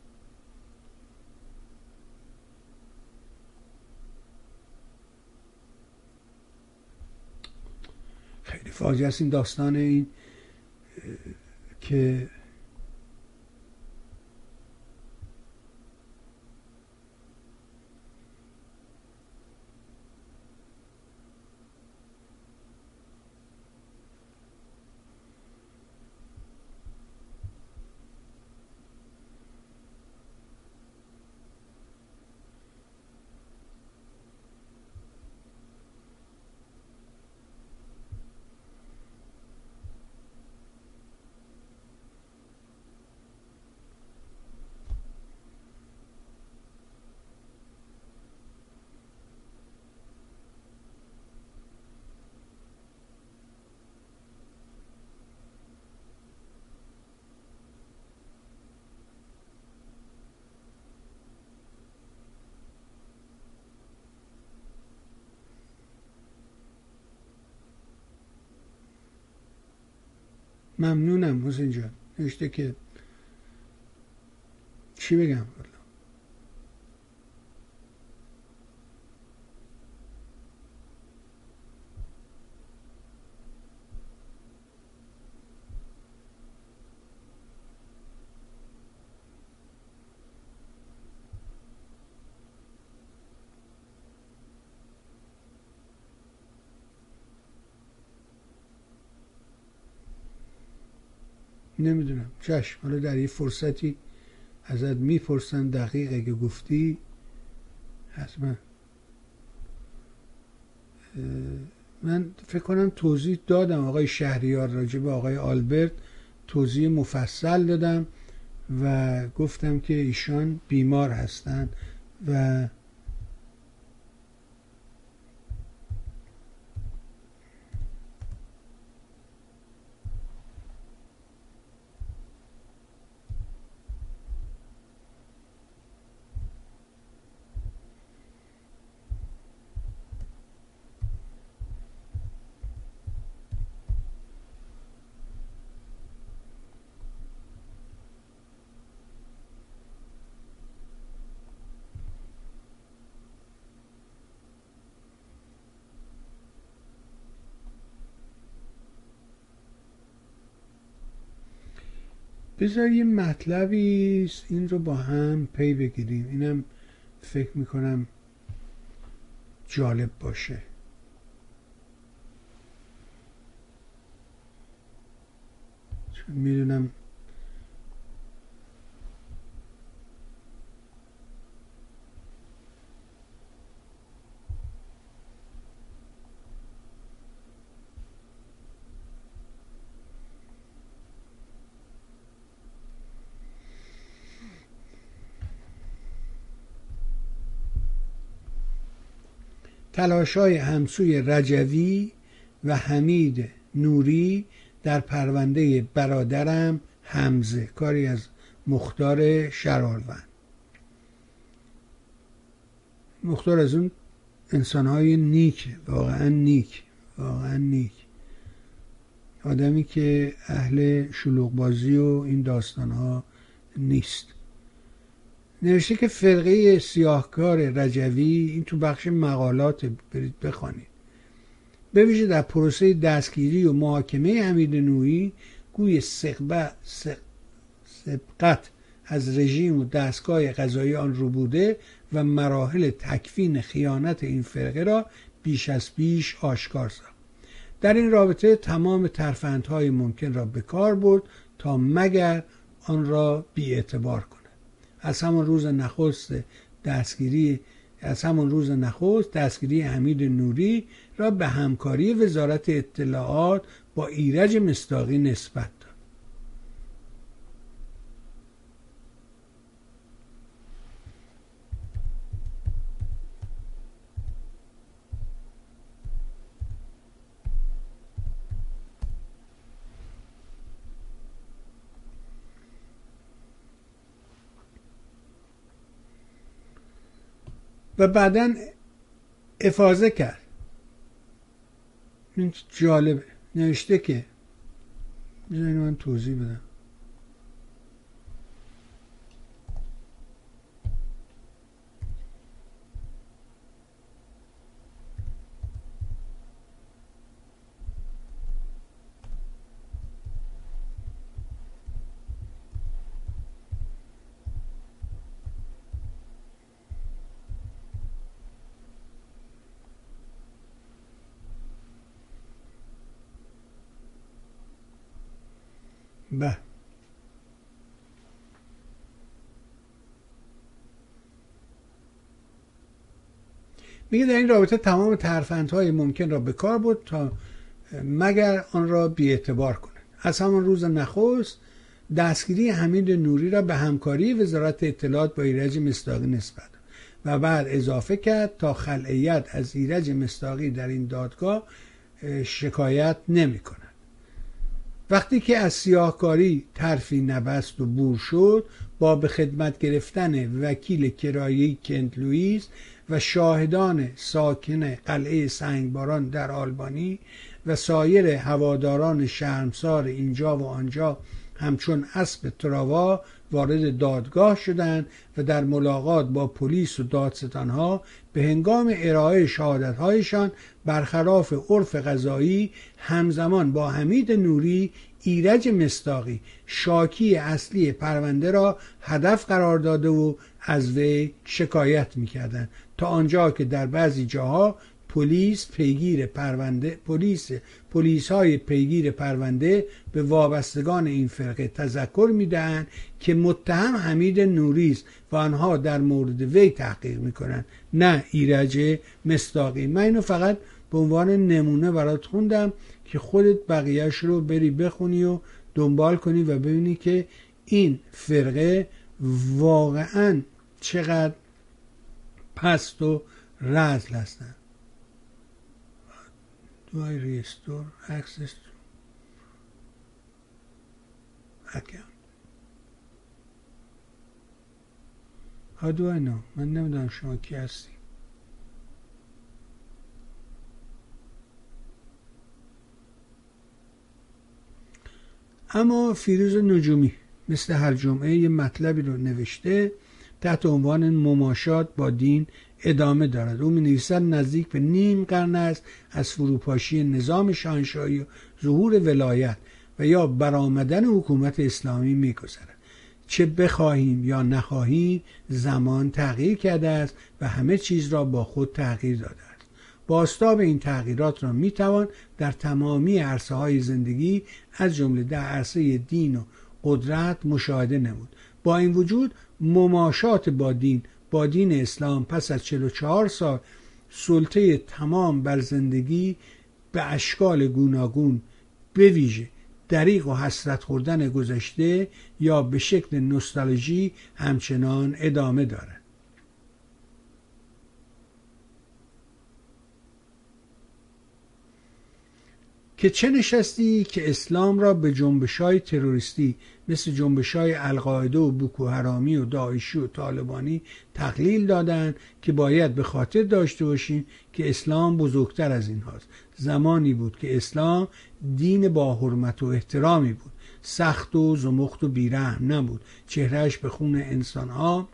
خیلی فاجعه است این داستان، این که ممنونم حسین جان. نوشته که چی بگم؟ نمیدونم. چشم، حالا در یه فرصتی ازت میپرسن دقیق اگه گفتی حتما. من فکر کنم توضیح دادم آقای شهریار راجع به آقای آلبرت توضیح مفصل دادم و گفتم که ایشان بیمار هستند و بذار یه مطلبی این رو با هم پی بگیریم. اینم فکر میکنم جالب باشه. چون میدونم تلاش‌های همسوی رجوی و حمید نوری در پرونده برادرم حمزه، کاری از مختار شرالوند. مختار از اون انسان‌های نیک، واقعا نیک، واقعا نیک، آدمی که اهل شلوغ بازی و این داستان‌ها نیست. نوشته که فرقه سیاهکار رجوی، این تو بخش مقالات، برید بخوانید، به ویژه در پروسه دستگیری و محاکمه حمید نوری گوی سبقت از رژیم و دستگاه قضایی آن رو بوده و مراحل تکفین خیانت این فرقه را بیش از پیش آشکار ساخت. در این رابطه تمام ترفندهای ممکن را به کار برد تا مگر آن را بی‌اعتبار کند. از همان روز نخست دستگیری از همان روز نخست دستگیری حمید نوری را به همکاری وزارت اطلاعات با ایرج مصداقی نسبت داد. و بعداً افاضه کرد. این جالبه. نوشته که بذارین من توضیح بدم. به میگه در این رابطه تمام ترفندهای ممکن را به کار برد تا مگر آن را بی‌اعتبار کند. از همان روز نخست دستگیری حمید نوری را به همکاری وزارت اطلاعات با ایرج مصداقی نسبت داد و بعد اضافه کرد تا خلعیت از ایرج مصداقی در این دادگاه شکایت نمی کند. وقتی که از سیاهکاری ترفی نبست و بور شد، با به خدمت گرفتن وکیل کرایه‌ای کنت لوئیس و شاهدان ساکن قلعه سنگباران در آلبانی و سایر هواداران شرمسار اینجا و آنجا همچون اسب تراوا وارد دادگاه شدند و در ملاقات با پلیس و دادستانها به هنگام ارائه شهادت‌هایشان برخلاف عرف قضایی همزمان با حمید نوری ایرج مصداقی شاکی اصلی پرونده را هدف قرار داده و از وی شکایت می‌کردند، تا آنجا که در بعضی جاها پلیس پیگیر پرونده پلیس پلیس های پیگیر پرونده به وابستگان این فرقه تذکر میدهند که متهم حمید نوری است و آنها در مورد وی تحقیق میکنند، نه ایرج مصداقی. من اینو فقط به عنوان نمونه برات خوندم که خودت بقیهش رو بری بخونی و دنبال کنی و ببینی که این فرقه واقعا چقدر پست و رذل هستند. Do I restore access to account? How do I know? من نمیدونم شما کی هستی. اما فیروز نجومی مثل هر جمعه یه مطلبی رو نوشته تحت عنوان مماشات با دین ادامه دارد. او می‌نویسد نزدیک به نیم قرن است از فروپاشی نظام شاهنشاهی و ظهور ولایت و یا برآمدن حکومت اسلامی می‌گذرد. چه بخواهیم یا نخواهیم زمان تغییر کرده است و همه چیز را با خود تغییر داده است. بازتاب این تغییرات را می‌توان در تمامی عرصه‌های زندگی از جمله در عرصه دین و قدرت مشاهده نمود. با این وجود مماشات با دین با دین اسلام پس از چهل و چهار سال سلطه تمام بر زندگی به اشکال گوناگون به ویژه دریغ و حسرت خوردن گذشته یا به شکل نوستالژی همچنان ادامه دارد. که چه نشستی که اسلام را به جنبش‌های تروریستی مثل جنبش‌های القاعده و بوکو حرامی و داعشی و طالبانی تقلیل دادند که باید به خاطر داشته باشیم که اسلام بزرگتر از این هاست. زمانی بود که اسلام دین با حرمت و احترامی بود، سخت و زمخت و بیرحم نبود، چهرهش به خون انسان‌ها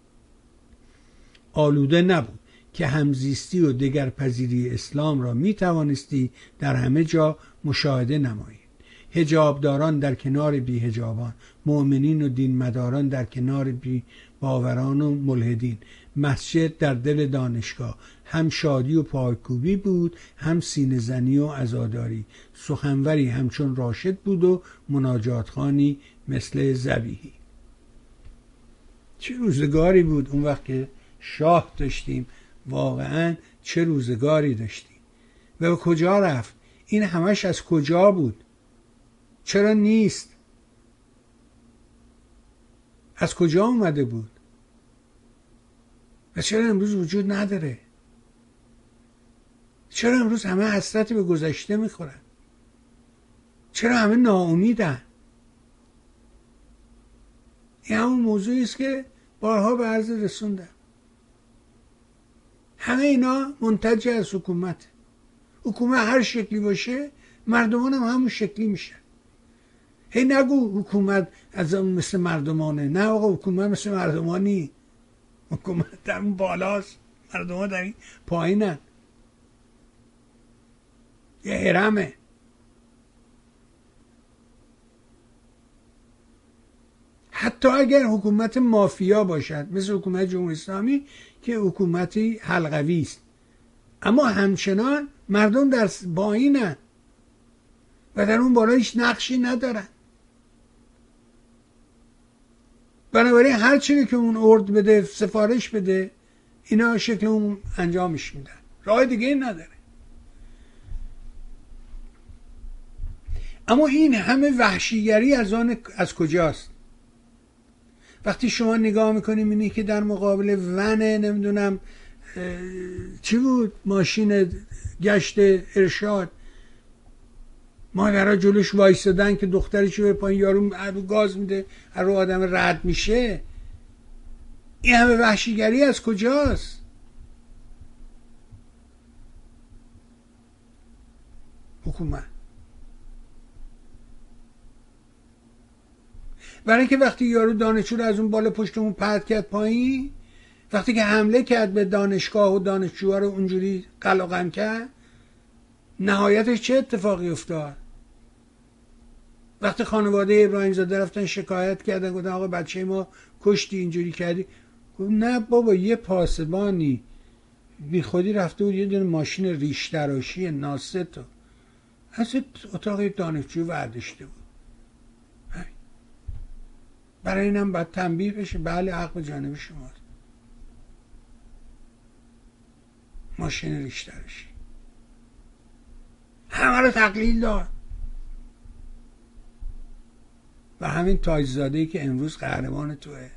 آلوده نبود که همزیستی و دگرپذیری اسلام را می توانستی در همه جا مشاهده نمایید. حجابداران در کنار بی حجابان، مؤمنین و دین مداران در کنار بی باوران و ملحدین، مسجد در دل دانشگاه، هم شادی و پایکوبی بود، هم سینه زنی و عزاداری، سخنوری همچون راشد بود و مناجاتخانی مثل ذبیحی. چه روزگاری بود اون وقت که شاه داشتیم، واقعا چه روزگاری داشتیم و به کجا رفت؟ این همش از کجا بود؟ چرا نیست؟ از کجا اومده بود؟ و چرا امروز وجود نداره؟ چرا امروز همه حسرت به گذشته میخورن؟ چرا همه ناامیدن؟ این همون موضوعی است که بارها به عرض رسوندم. همه اینا منتج از حکومت. حکومت هر شکلی باشه مردمان هم همون شکلی میشن. هی نگو حکومت از اون مثل مردمانه. نه آقا، حکومت مثل مردمانی. حکومت در اون بالاست، مردمان در این پایینن. یه هرمه. حتی اگر حکومت مافیا باشد مثل حکومت جمهوری اسلامی که حکومتی حلقوی است، اما همچنان مردم در پایینن و در اون بالا هیچ نقشی ندارن. بنابراین هر چیزی که اون ارد بده، سفارش بده، اینا شکل اون انجامش میدن، راه دیگه این نداره. اما این همه وحشیگری از آن از کجاست؟ وقتی شما نگاه میکنی میبینی که در مقابل ون نمیدونم چی بود، ماشین گشت ارشاد، مادرها جلوش وایسادن که دخترشو به پایین، یارو گاز میده، رو آدم رد میشه. این همه وحشیگری از کجاست؟ حکومت. برای اینکه وقتی یارو دانشجو رو از اون بالا پشتمون پرت کرد پایین، وقتی که حمله کرد به دانشگاه و دانشجوها رو اونجوری قلاقم کرد، نهایتش چه اتفاقی افتاد؟ وقتی خانواده ابراهیم زاده رفتن شکایت کردن، گفتن آقا بچه ما کشتی اینجوری کردی، گفت نه بابا یه پاسبانی بی خودی رفته بود یه دونه ماشین ریش تراشی ناستو از اتاق دانشجو ورداشته بود. برای اینم باید تنبیه بشه. بله حق به جانب شماست. ماشین ریش تراشی همه رو تقلیل داد و همین تاجزاده‌ای که امروز قهرمان توه.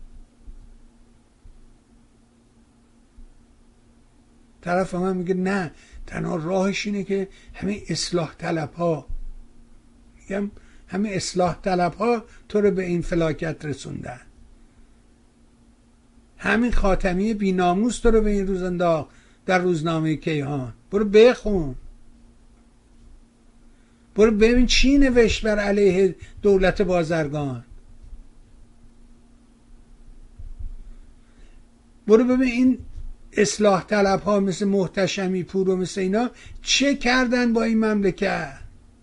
طرف من میگه نه تنها راهش اینه که همین اصلاح طلب ها، میگم همین اصلاح طلب ها تو رو به این فلاکت رسوندن، همین خاتمی بیناموس تو رو به این روز انداخت در روزنامه کیهان. برو بخون، برو ببین چی نوشت بر علیه دولت بازرگان، برو ببین این اصلاح طلب ها مثل محتشمی پور و مثل اینا چه کردن با این مملکت.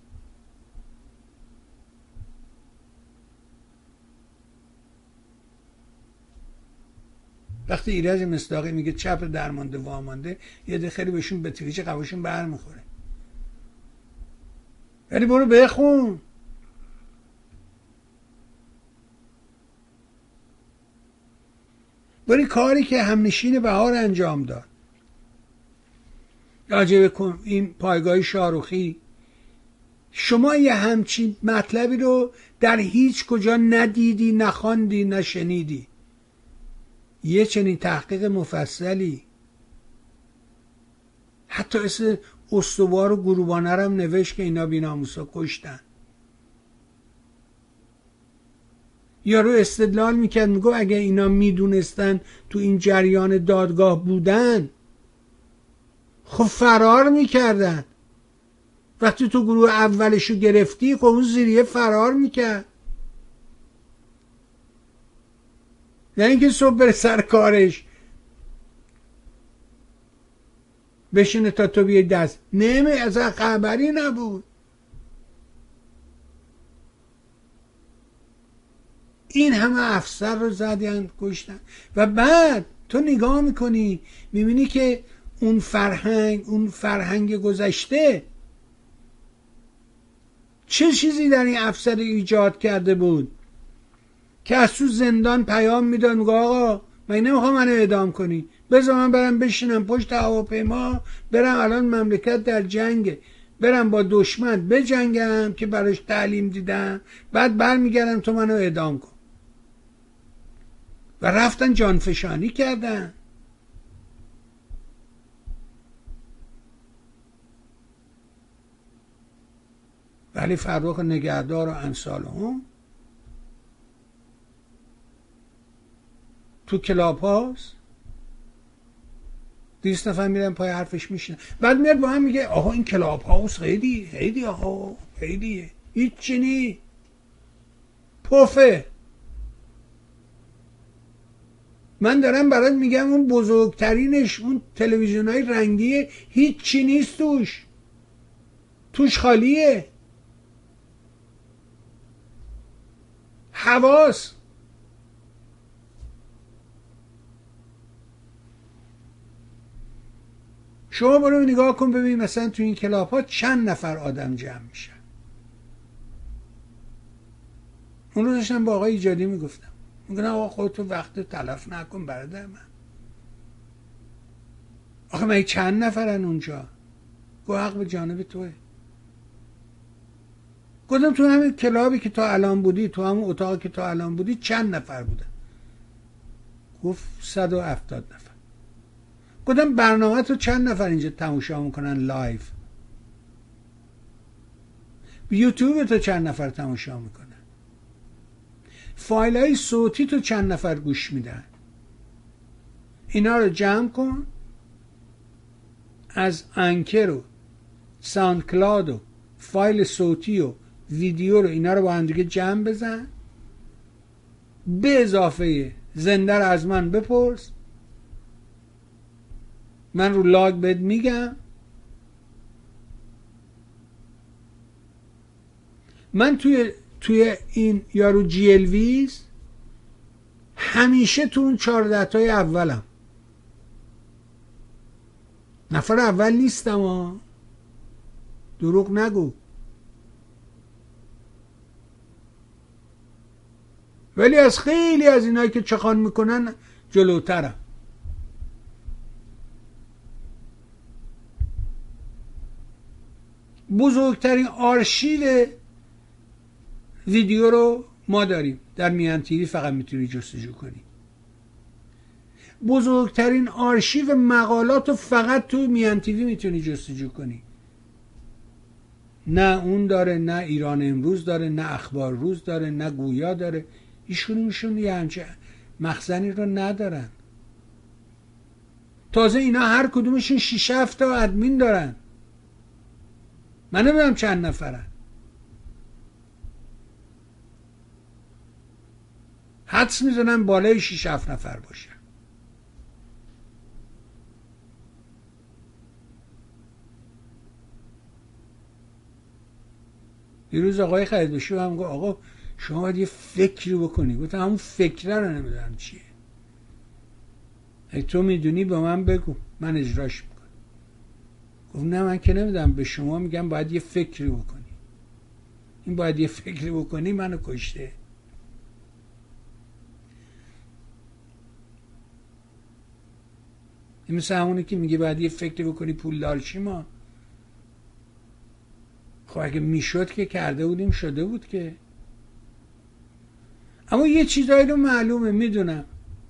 وقتی ایرج مصداقی میگه چپ درمانده وامانده، یه ده خیلی بهشون به تریج قواشون بر میخوره. ولی برو بخون، برای کاری که همنشین بهار انجام داد راجع به این پایگاه شاروخی، شما یه همچین مطلبی رو در هیچ کجا ندیدی، نخواندی، نشنیدی. یه چنین تحقیق مفصلی حتی اسم استوار و گروبانه هم نوشت که اینا بی‌ناموسا کشتن. یارو استدلال میکرد، میگو اگه اینا میدونستن تو این جریان دادگاه بودن خب فرار میکردن. وقتی تو گروه اولشو گرفتی خب اون زیریه فرار میکرد، نه اینکه صبح بره سر کارش بشینه تا تو بیای دست. نمی از خبری نبود. این همه افسر رو زدن کشتن و بعد تو نگاه میکنی میبینی که اون فرهنگ اون فرهنگ گذشته چه چیزی در این افسر ایجاد کرده بود که از تو زندان پیام میداد، میگه آقا من نمیخوام منو اعدام کنی، بذار من برم بشینم پشت هواپیما، برم الان مملکت در جنگه، برم با دشمن بجنگم که براش تعلیم دیدم، بعد برمیگردم تو منو اعدام کن. و رفتن جانفشانی کردن. ولی فرخ نگهدار و امثال هم تو کلاب هاست دیست نفر میرن پای حرفش میشنن، بعد میاد با هم میگه آها این کلاب هاوس خیلی خیلی آها خیلیه، هیچ چی نی پفه. من دارم برات میگم اون بزرگترینش اون تلویزیون های رنگیه، هیچ چی نیست توش، توش خالیه، حواس. شما برو نگاه کن ببین مثلا تو این کلاب ها چند نفر آدم جمع میشن. اون رو داشتم با آقای ایجادی میگفتم، میگن آقا خودتو وقت تلف نکن برادر من. آخه من چند نفرن اونجا؟ گو حق به جانب توه. گفتم تو همین کلابی که تا الان بودی، تو همون اتاقی که تا الان بودی چند نفر بودن؟ گفت صد و هفتاد نفر. گفتم برنامه تو چند نفر اینجا تماشا میکنن لایو؟ یوتیوب تو چند نفر تماشا میکنن؟ فایل های صوتی تو چند نفر گوش میدن؟ اینا رو جمع کن، از انکر و ساوند کلاود و فایل صوتی و ویدیو رو اینا رو با هم دیگه جمع بزن، به اضافه زنده رو از من بپرس، من رو لاگ بهت میگم. من توی توی این یارو جی ال ویز همیشه تو اون چهارده تای اولم، نفر اول نیستم ها، دروغ نگو. ولی از خیلی از اینایی که چخان میکنن جلوترم. بزرگترین آرشیو ویدیو رو ما داریم در میهن تیوی، فقط میتونی جستجو کنی. بزرگترین آرشیو مقالات رو فقط تو میهن تیوی میتونی جستجو کنی. نه اون داره، نه ایران امروز داره، نه اخبار روز داره، نه گویا داره. ایشون میشون یه همچه مخزنی رو ندارن. تازه اینا هر کدومشون شیش هفت تا ادمین دارن. من نمیدونم چند نفرن. حدس میزنم بالای شیش هفت نفر باشن. یه روز آقای خریدبشی هم گفت آقا شما باید یه فکری بکنی. گفتم همون فکره رو نمیدونم چیه. اگه تو میدونی به من بگو، من اجراش میکنم. گفت نه من که نمیدونم، به شما میگم باید یه فکری بکنی. این باید یه فکری بکنی منو کشته. این مثل همونه که میگه باید یه فکری بکنی پول دار چی. ما خب اگه میشد که کرده بودیم، شده بود که. اما یه چیزایی رو معلومه، میدونم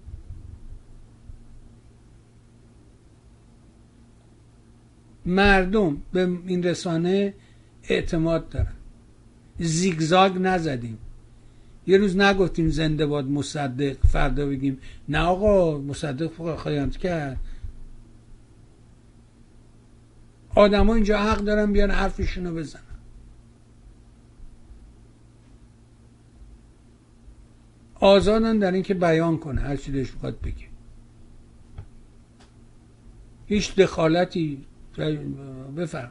مردم به این رسانه اعتماد دارن. زیگزاگ نزدیم. یه روز نگفتیم زنده باد مصدق، فردا بگیم نه آقا مصدق خیانت کرد. آدم ها اینجا حق دارن بیان حرفشونو بزنن. آزادن در این که بیان کنه هر چی دلش میخواد بگه. هیچ دخالتی بفرم.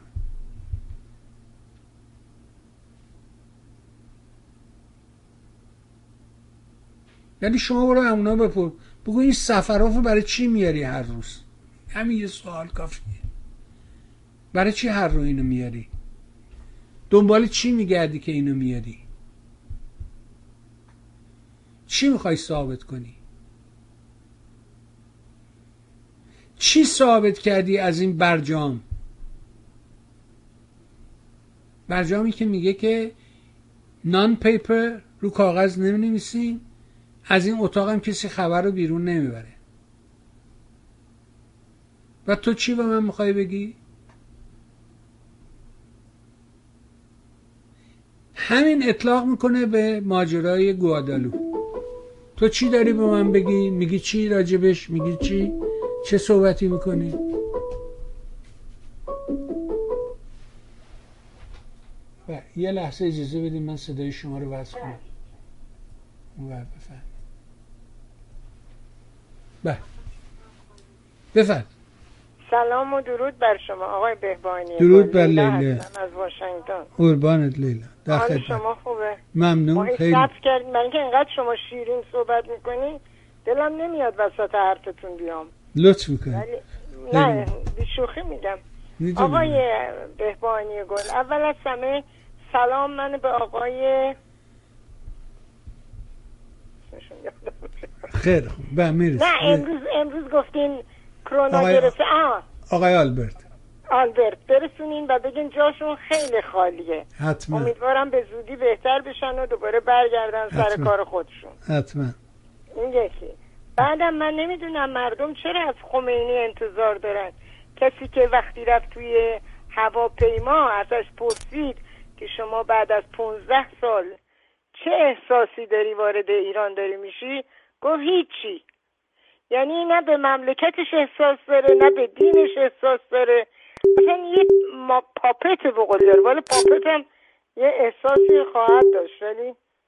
یعنی شما برو همونا بپر بگو این سفرافو برای چی میاری هر روز؟ همین یه سوال کافیه. برای چی هر روز اینو میاری؟ دنبال چی میگردی که اینو میاری؟ چی میخوای ثابت کنی؟ چی ثابت کردی از این برجام؟ برجامی که میگه که نان پیپر رو کاغذ نمی‌نویسیم، از این اتاق هم کسی خبر رو بیرون نمیبره. و تو چی به من میخوای بگی؟ همین اطلاق میکنه به ماجرای گوادالو. تو چی داری به من بگی؟ میگی چی راجبش؟ میگی چی؟ چه صحبتی میکنی؟ یه لحظه اجازه بدیم من صدای شما رو وصل کنم. اون ور بفهم. بله بفهم. سلام و درود بر شما آقای بهبانی. درود بر لیلا از واشنگتن. قربانت لیلا. حال شما خوبه؟ ممنون. خیلی صبر کردید. من که اینقدر شما شیرین صحبت میکنی دلم نمیاد وسط حرفتون بیام. لطف میکنی. ولی... نه بیشوخی میگم. میدونم. آقای بهبانی گل، اول از همه سلام من به آقای خیر خوب به میرسیم. نه امروز امروز گفتین کرونا آقای... گرفته. آه. آقای آلبرت آلبرت برسونین و بگین جاشون خیلی خالیه. حتما. امیدوارم به زودی بهتر بشن و دوباره برگردن سر حتما. کار خودشون. حتما. این یکی. بعدم من نمیدونم مردم چرا از خمینی انتظار دارن. کسی که وقتی رفت توی هواپیما ازش پرسید که شما بعد از پونزده سال چه احساسی داری وارد ایران داری میشی، گفت هیچی. یعنی نه به مملکتش احساس داره نه به دینش احساس داره. مثلا یه ما پاپت بقول داره، ولی پاپت هم یه احساسی خواهد داشت ولی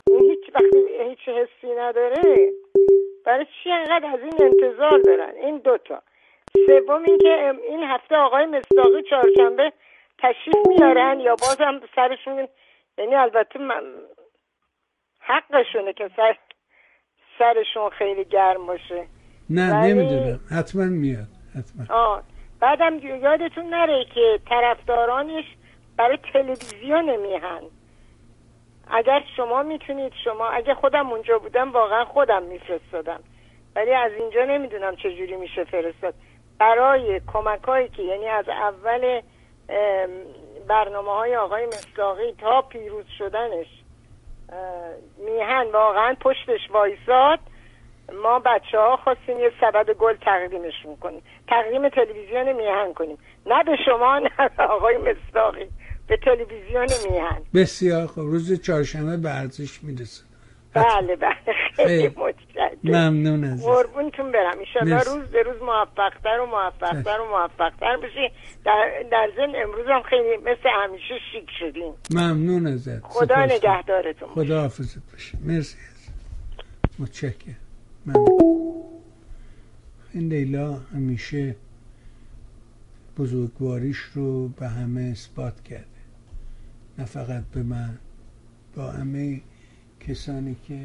این هیچ وقتی هیچ حسی نداره، برای چی انقدر از این انتظار دارن؟ این دوتا. سوم این که این هفته آقای مصداقی چهارشنبه تشریف میارن یا بازم سرشون، یعنی البته من حقشونه که سر سرشون خیلی گرم باشه. نه ولی... نمیدونم، حتما میاد حتما. آه. بعدم یادتون نره که طرفدارانش برای تلویزیون میهن. اگر شما میتونید، شما اگه خودم اونجا بودم واقعا خودم میفرستادم، ولی از اینجا نمیدونم چجوری میشه فرستاد. برای کمک هایی که یعنی از اول برنامه های آقای مصداقی تا پیروز شدنش میهن واقعا پشتش وایساد. ما بچه ها خواستیم یه سبد گل تقدیمشون کنیم، تقدیم تلویزیون میهن کنیم، نه به شما نه آقای مصداقی، به تلویزیون میهن. بسیار خب، روز چهارشنبه به ارزش میرسه. بله بله خیلی متشکرم، ممنون عزیز، قربونتون برم. انشالله روز به روز موفق‌تر و موفق‌تر و موفق‌تر بشی. در در ضمن امروز هم خیلی مثل همیشه شیک شدیم. ممنون ازت، خدا نگهدارتون. خدا حافظت باشه. مرسی عزیز، متشکرم. ممنون. این لیلا همیشه بزرگواریش رو به همه اثبات کرده، نه فقط به من، با همه کسانی که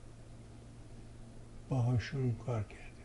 باهاشون کار کرده.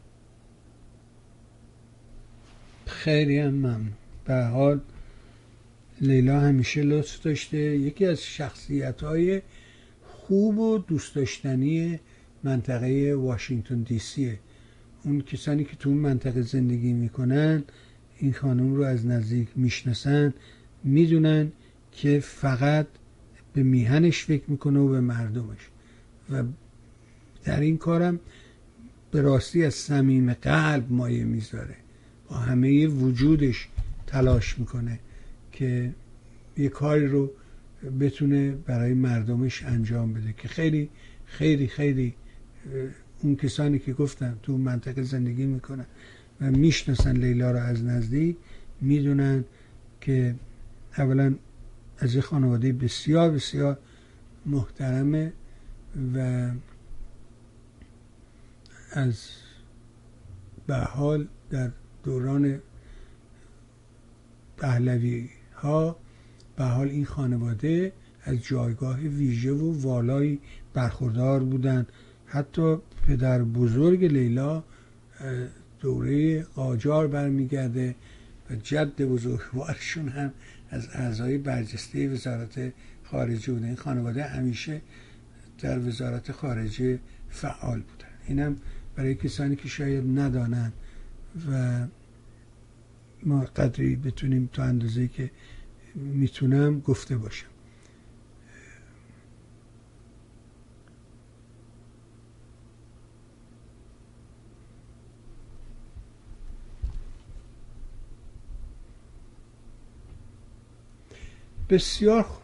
خیلی هم ممنون. به هر حال لیلا همیشه لطف داشته، یکی از شخصیت‌های خوب و دوست داشتنی منطقه واشنگتن دی سیه. اون کسانی که تو اون منطقه زندگی میکنن این خانم رو از نزدیک میشناسن، میدونن که فقط به میهنش فکر میکنه و به مردمش، و در این کارم به راستی از صمیم قلب مایه میذاره، با همه وجودش تلاش میکنه که یه کاری رو بتونه برای مردمش انجام بده، که خیلی خیلی خیلی اون کسانی که گفتم تو منطقه زندگی میکنن و میشناسن لیلا رو از نزدیک میدونن که اولا از یه خانواده بسیار بسیار محترمه و از به حال در دوران پهلوی ها به حال این خانواده از جایگاه ویژه و والایی برخوردار بودن. حتی پدر بزرگ لیلا دوره قاجار برمیگرده و جد بزرگوارشون هم از اعضای برجسته وزارت خارجه بودن. این خانواده همیشه در وزارت خارجه فعال بودن. اینم برای کسانی که شاید ندانن و ما قدری بتونیم تا اندازه‌ای که میتونم گفته باشم. بسیار خوب.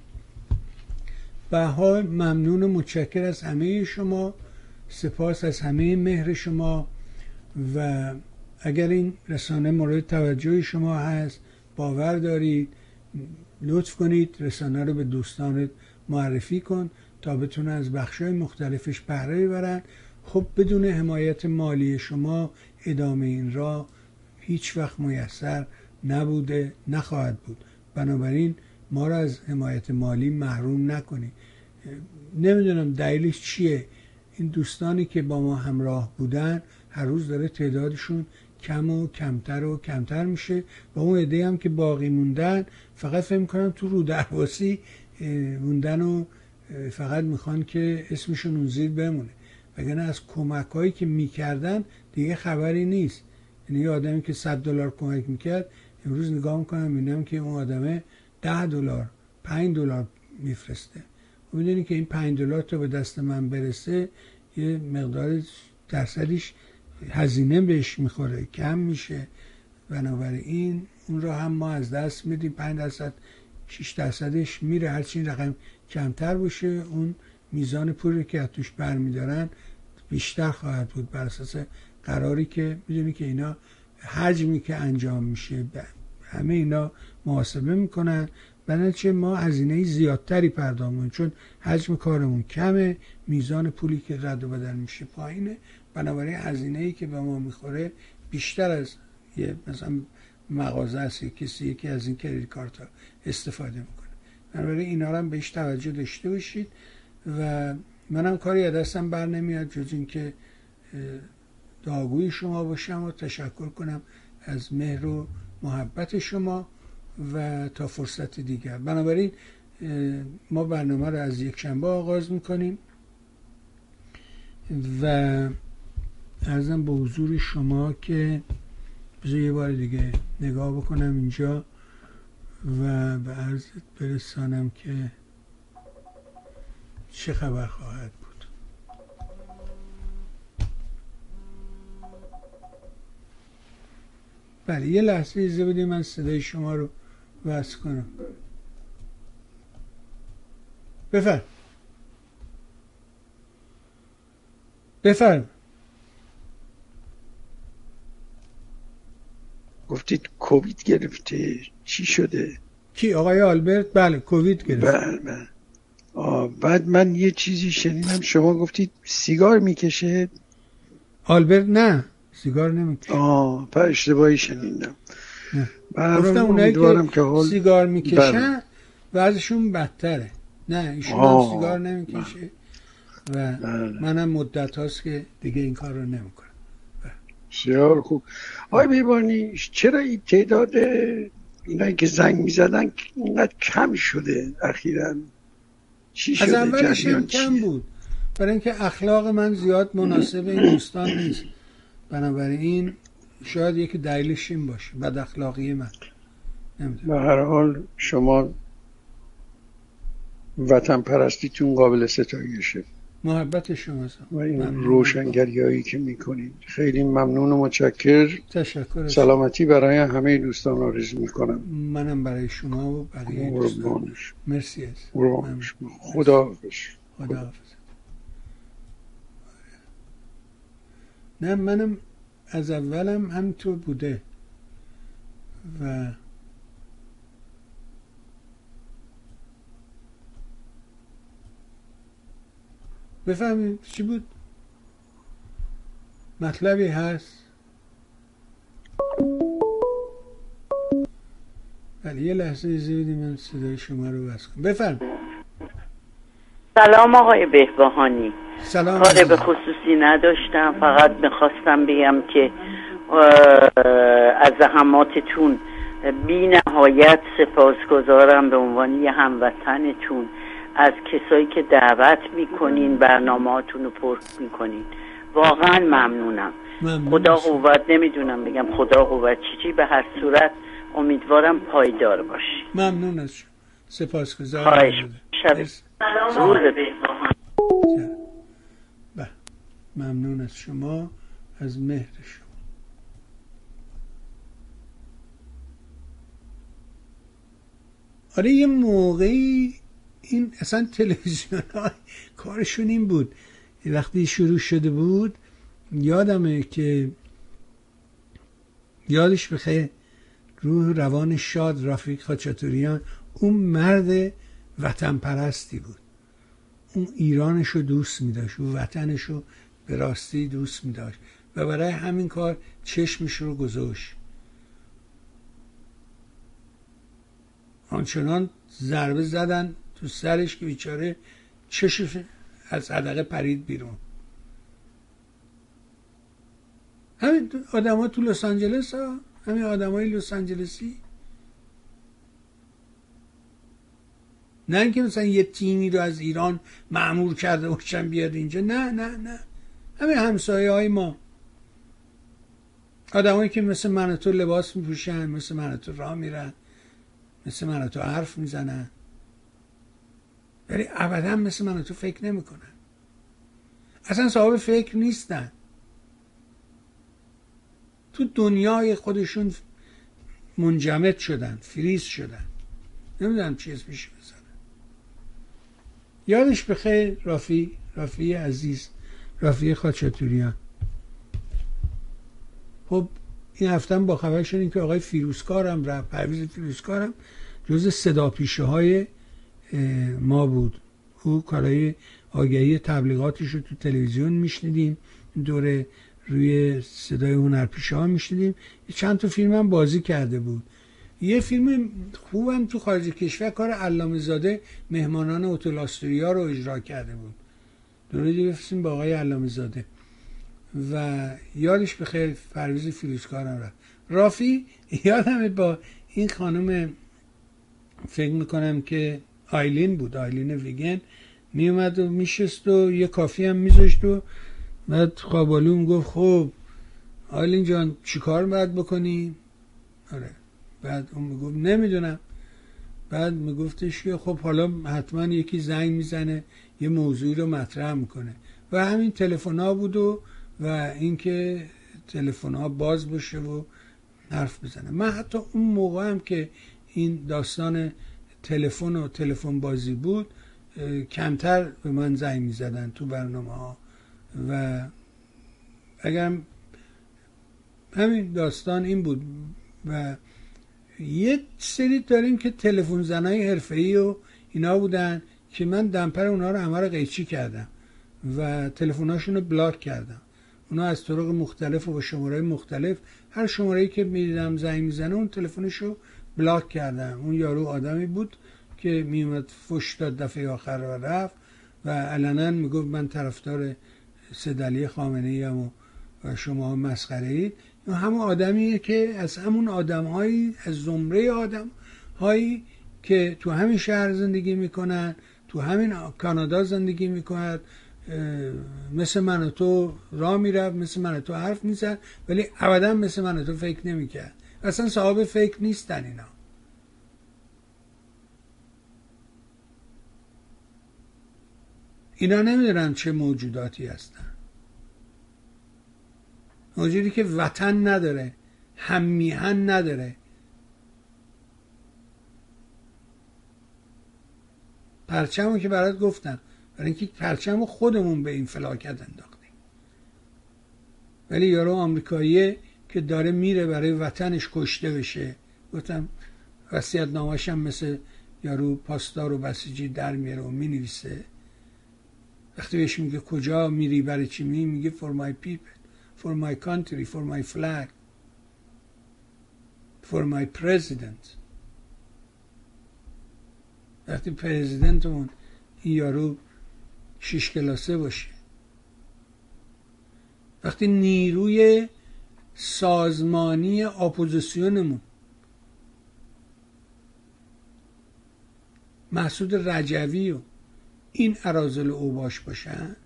به حال ممنون و متشکر از همه شما، سپاس از همه مهر شما، و اگر این رسانه مورد توجه شما هست باور دارید لطف کنید رسانه رو به دوستانت معرفی کن تا بتونه از بخشای مختلفش بهره ببرن. خب بدون حمایت مالی شما ادامه این راه هیچ وقت میسر نبوده، نخواهد بود. بنابراین ما را از حمایت مالی محروم نکنید. نمیدونم دلیلش چیه، این دوستانی که با ما همراه بودن هر روز داره تعدادشون کم و کمتر و کمتر میشه و اون عده هم که باقی موندن فقط فکر میکنم تو رو درواسی موندن و فقط میخوان که اسمشون اون زیر بمونه، وگرنه از کمک هایی که میکردن دیگه خبری نیست. یعنی یه آدمی که صد دلار کمک میکرد امروز نگاه میکنم میبینم که اون آدمه ده دلار پنج دلار میفرسته. میدونی که این پنج دلار تا به دست من برسه یه مقدار درصدش هزینه بهش میخوره، کم میشه. بنابراین اون رو هم ما از دست میدیم. پنج درصد شش درصدش میره، هرچی این رقم کمتر باشه اون میزان پولی که از توش برمیدارن بیشتر خواهد بود بر اساس قراری که میدونی که اینا حجمی که انجام میشه همه اینا محاسبه میکنن بنابراین ما هزینه زیادتری پرداخت می‌کنیم چون حجم کارمون کمه، میزان پولی که رد و بدل میشه پایینه، بنابراین هزینه‌ای که به ما میخوره بیشتر از یه مثلا مغازه است یا کسی که از این کریدیت کارت ها استفاده میکنه. بنابراین اینا رو هم بهش توجه داشته باشید و منم کاری از دستم بر نمیاد جز اینکه دعاگوی شما باشم و تشکر کنم از مهر و محبت شما و تا فرصت دیگر. بنابراین ما برنامه رو از یک شنبه آغاز میکنیم و عرضم به حضور شما که بذار یه بار دیگه نگاه بکنم اینجا و به عرضت برسانم که چه خبر خواهد بود. بله یه لحظه ایزه بدید من صدای شما رو وصل کنم. بفرم بفرم گفتید کووید گرفته، چی شده؟ کی؟ آقای آلبرت؟ بله کووید گرفته. بله بله. آه بعد من یه چیزی شنیدم شما گفتید سیگار میکشه. آلبرت نه سیگار نمیکشه. آه پس اشتباهی شنیدم. نه گفتم اونایی که, که حال... سیگار میکشن وضعشون بدتره. نه ایشون هم سیگار نمیکشه و بله. منم مدت هاست که دیگه این کار رو نمیکنم. بسیار خوب. آقای بیبانی چرا این تعداد اینایی که زنگ میزدن اینقدر کم شده اخیراً؟ چی شده؟ از اولش هم کم بود برای اینکه اخلاق من زیاد مناسب این دوستان نیست، بنابراین شاید یکی دلیلش این باشه، بد اخلاقی من. به هر حال شما وطن پرستیتون قابل ستایشه. محبت شماست و این روشنگریایی که میکنید خیلی ممنون و متشکر. تشکر. سلامتی برای همه دوستان آرزو میکنم. منم برای شما و بقیه دوستان. مرسی. خدا حافظ. خدا حافظ. نه منم از اولم همینطور بوده و بفهمید چی بود؟ مطلبی هست؟ ولی یه لحظه ایزی بدیم من صدای شما رو بس کنم. بفرم. سلام آقای بهبهانی. سلام. کار به خصوصی نداشتم، فقط میخواستم بگم که از زحماتتون بی نهایت سپاسگزارم به عنوان یه هموطنتون، از کسایی که دعوت میکنین برنامه‌هاتون رو پر میکنین. واقعا ممنونم. ممنون. خدا قوت، نمیدونم بگم خدا قوت چی چی، به هر صورت امیدوارم پایدار باشی. ممنون از شما. سپاسگزارم. خواهش شب روز بله ممنون از شما، از مهر شما. آره یه موقعی این اصلا تلویزیون ها کارشون این بود، وقتی شروع شده بود یادمه که یادش بخیر روح روان شاد رفیق خاچاتوریان، اون مرد وطن پرستی بود، اون ایرانشو دوست می‌داشت، اون وطنشو به راستی دوست می‌داشت و برای همین کار چشمش رو گذاشت. آنچنان ضربه زدن تو سرش که بیچاره چشش از حدقه پرید بیرون. همین آدم ها تو لس آنجلس ها، همین آدم های لس آنجلسی، نه اینکه مثلا یه تیمی رو از ایران مأمور کرده باشن بیاد اینجا، نه نه نه، همین همسایه های ما، آدم هایی که مثل من و تو لباس میپوشن، مثل من و تو راه میرن، مثل من و تو حرف میزنن، ولی ابدا مثل من و تو فکر نمیکنن، اصلا صاحب فکر نیستن، تو دنیای خودشون منجمد شدن، فریز شدن، نمیدونم چی اسمش بزنن. یادش بخیر رافی، رافی عزیز، رافی خاچاتوریان. خب این هفته با خبر شدیم که آقای فیروزکارم رفت، پرویز فیروزکارم جز صدا پیشه های ما بود. او کارهای آگهی تبلیغاتش رو تو تلویزیون میشنیدیم، دوره روی صدای هنرپیشه ها میشنیدیم. چند تا فیلم هم بازی کرده بود. یه فیلم خوبم تو خارج کشور کار علامه زاده مهمانان هتل آستوریا رو اجرا کرده بود. دوره دیگه فیلم با آقای علامه زاده و یادش بخیر پرویز فیروزکارم رفت. رافی یادمه با این خانم فکر میکنم که آیلین بود، آیلین ویگن، میومد و میشست و یه کافی هم میذاشت و بعد خوابالو میگفت خب آیلین جان چی کار باید بکنی؟ آره. بعد اون میگفت نمیدونم. بعد میگفتش که خب حالا حتما یکی زنگ میزنه یه موضوعی رو مطرح میکنه و همین تلفن ها بود و و اینکه تلفن ها باز باشه و حرف بزنه. من حتی اون موقع هم که این داستان تلفن و تلفن بازی بود کمتر به من زنگ میزدن تو برنامه ها و اگر همین داستان این بود و یه سری داریم که تلفن زنای حرفه‌ای و اینا بودن که من دمپر اونا رو همه رو قیچی کردم و تلفن‌هاشون رو بلاک کردم. اونا از طرق مختلف و با شماره مختلف هر شماره‌ای که می‌دیدم زنگ میزنه اون تلفنشو بلاک کردم. اون یارو آدمی بود که میومد فش داد دفعه آخر و رفت و علنا میگفت من طرفدار سید علی خامنه‌ای ام و شما مسخره اید. همون آدمیه که از همون آدم‌هایی از زمره آدم‌هایی که تو همین شهر زندگی میکنن، تو همین کانادا زندگی میکنن، مثل من و تو راه میرفت، مثل من و تو حرف میزد ولی ابدا مثل من و تو فکر نمیکرد. اصلا صاحب فکر نیستن اینا. اینا نمیدونن چه موجوداتی هستن. موجودی که وطن نداره، هم میهن نداره، پرچمو که برات گفتم برای اینکه پرچمو خودمون به این فلاکت انداختیم. ولی یارو آمریکاییه که داره میره برای وطنش کشته بشه. گفتم وصیت نامه‌ش هم مثل یارو پاسدار و بسیجی در میاره و مینویسه. وقتی بهش میگه کجا میری برای چی میری میگه for my people, for my country, for my flag, for my president. وقتی پرزیدنتمون این یارو شش کلاسه باشه، وقتی نیروی سازمانی اپوزیسیونمون مسعود رجوی و این اراذل اوباش باشن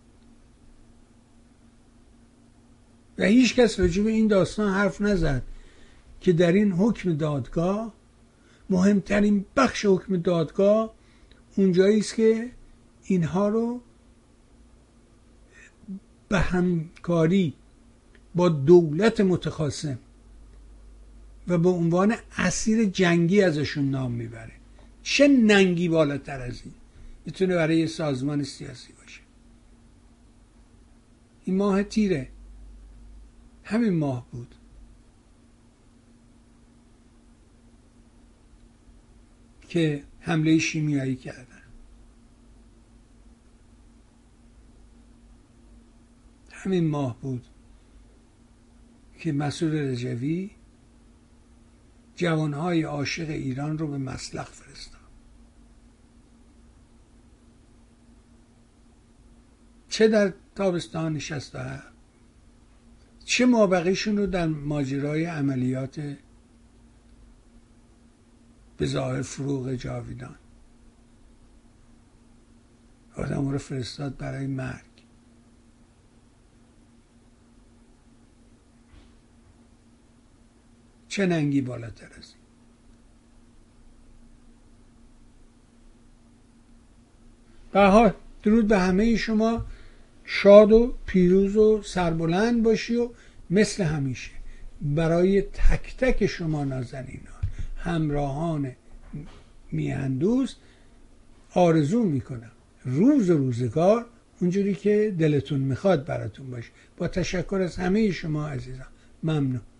و هیچ کس راجع به این داستان حرف نزد که در این حکم دادگاه مهمترین بخش حکم دادگاه اونجایی است که اینها رو به همکاری با دولت متخاصم و به عنوان اسیر جنگی ازشون نام میبره. چه ننگی بالاتر از این میتونه برای یه سازمان سیاسی باشه؟ این ماه تیره، همین ماه بود که حمله شیمیایی کردن. همین ماه بود که مسعود رجوی جوانهای عاشق ایران رو به مسلخ فرستاد. چه در تابستان شصت و هفت، چه مابقیشون رو در ماجرای عملیات به ظاهر فروغ جاویدان آدم رو فرستاد برای مرگ. چه ننگی بالاتر از این؟ بها درود به همه شما. شاد و پیروز و سربلند باشی و مثل همیشه برای تک تک شما نازنینان همراهان میهندوست آرزو میکنم روز و روزگار اونجوری که دلتون میخواد براتون باشه. با تشکر از همه شما عزیزان. ممنون.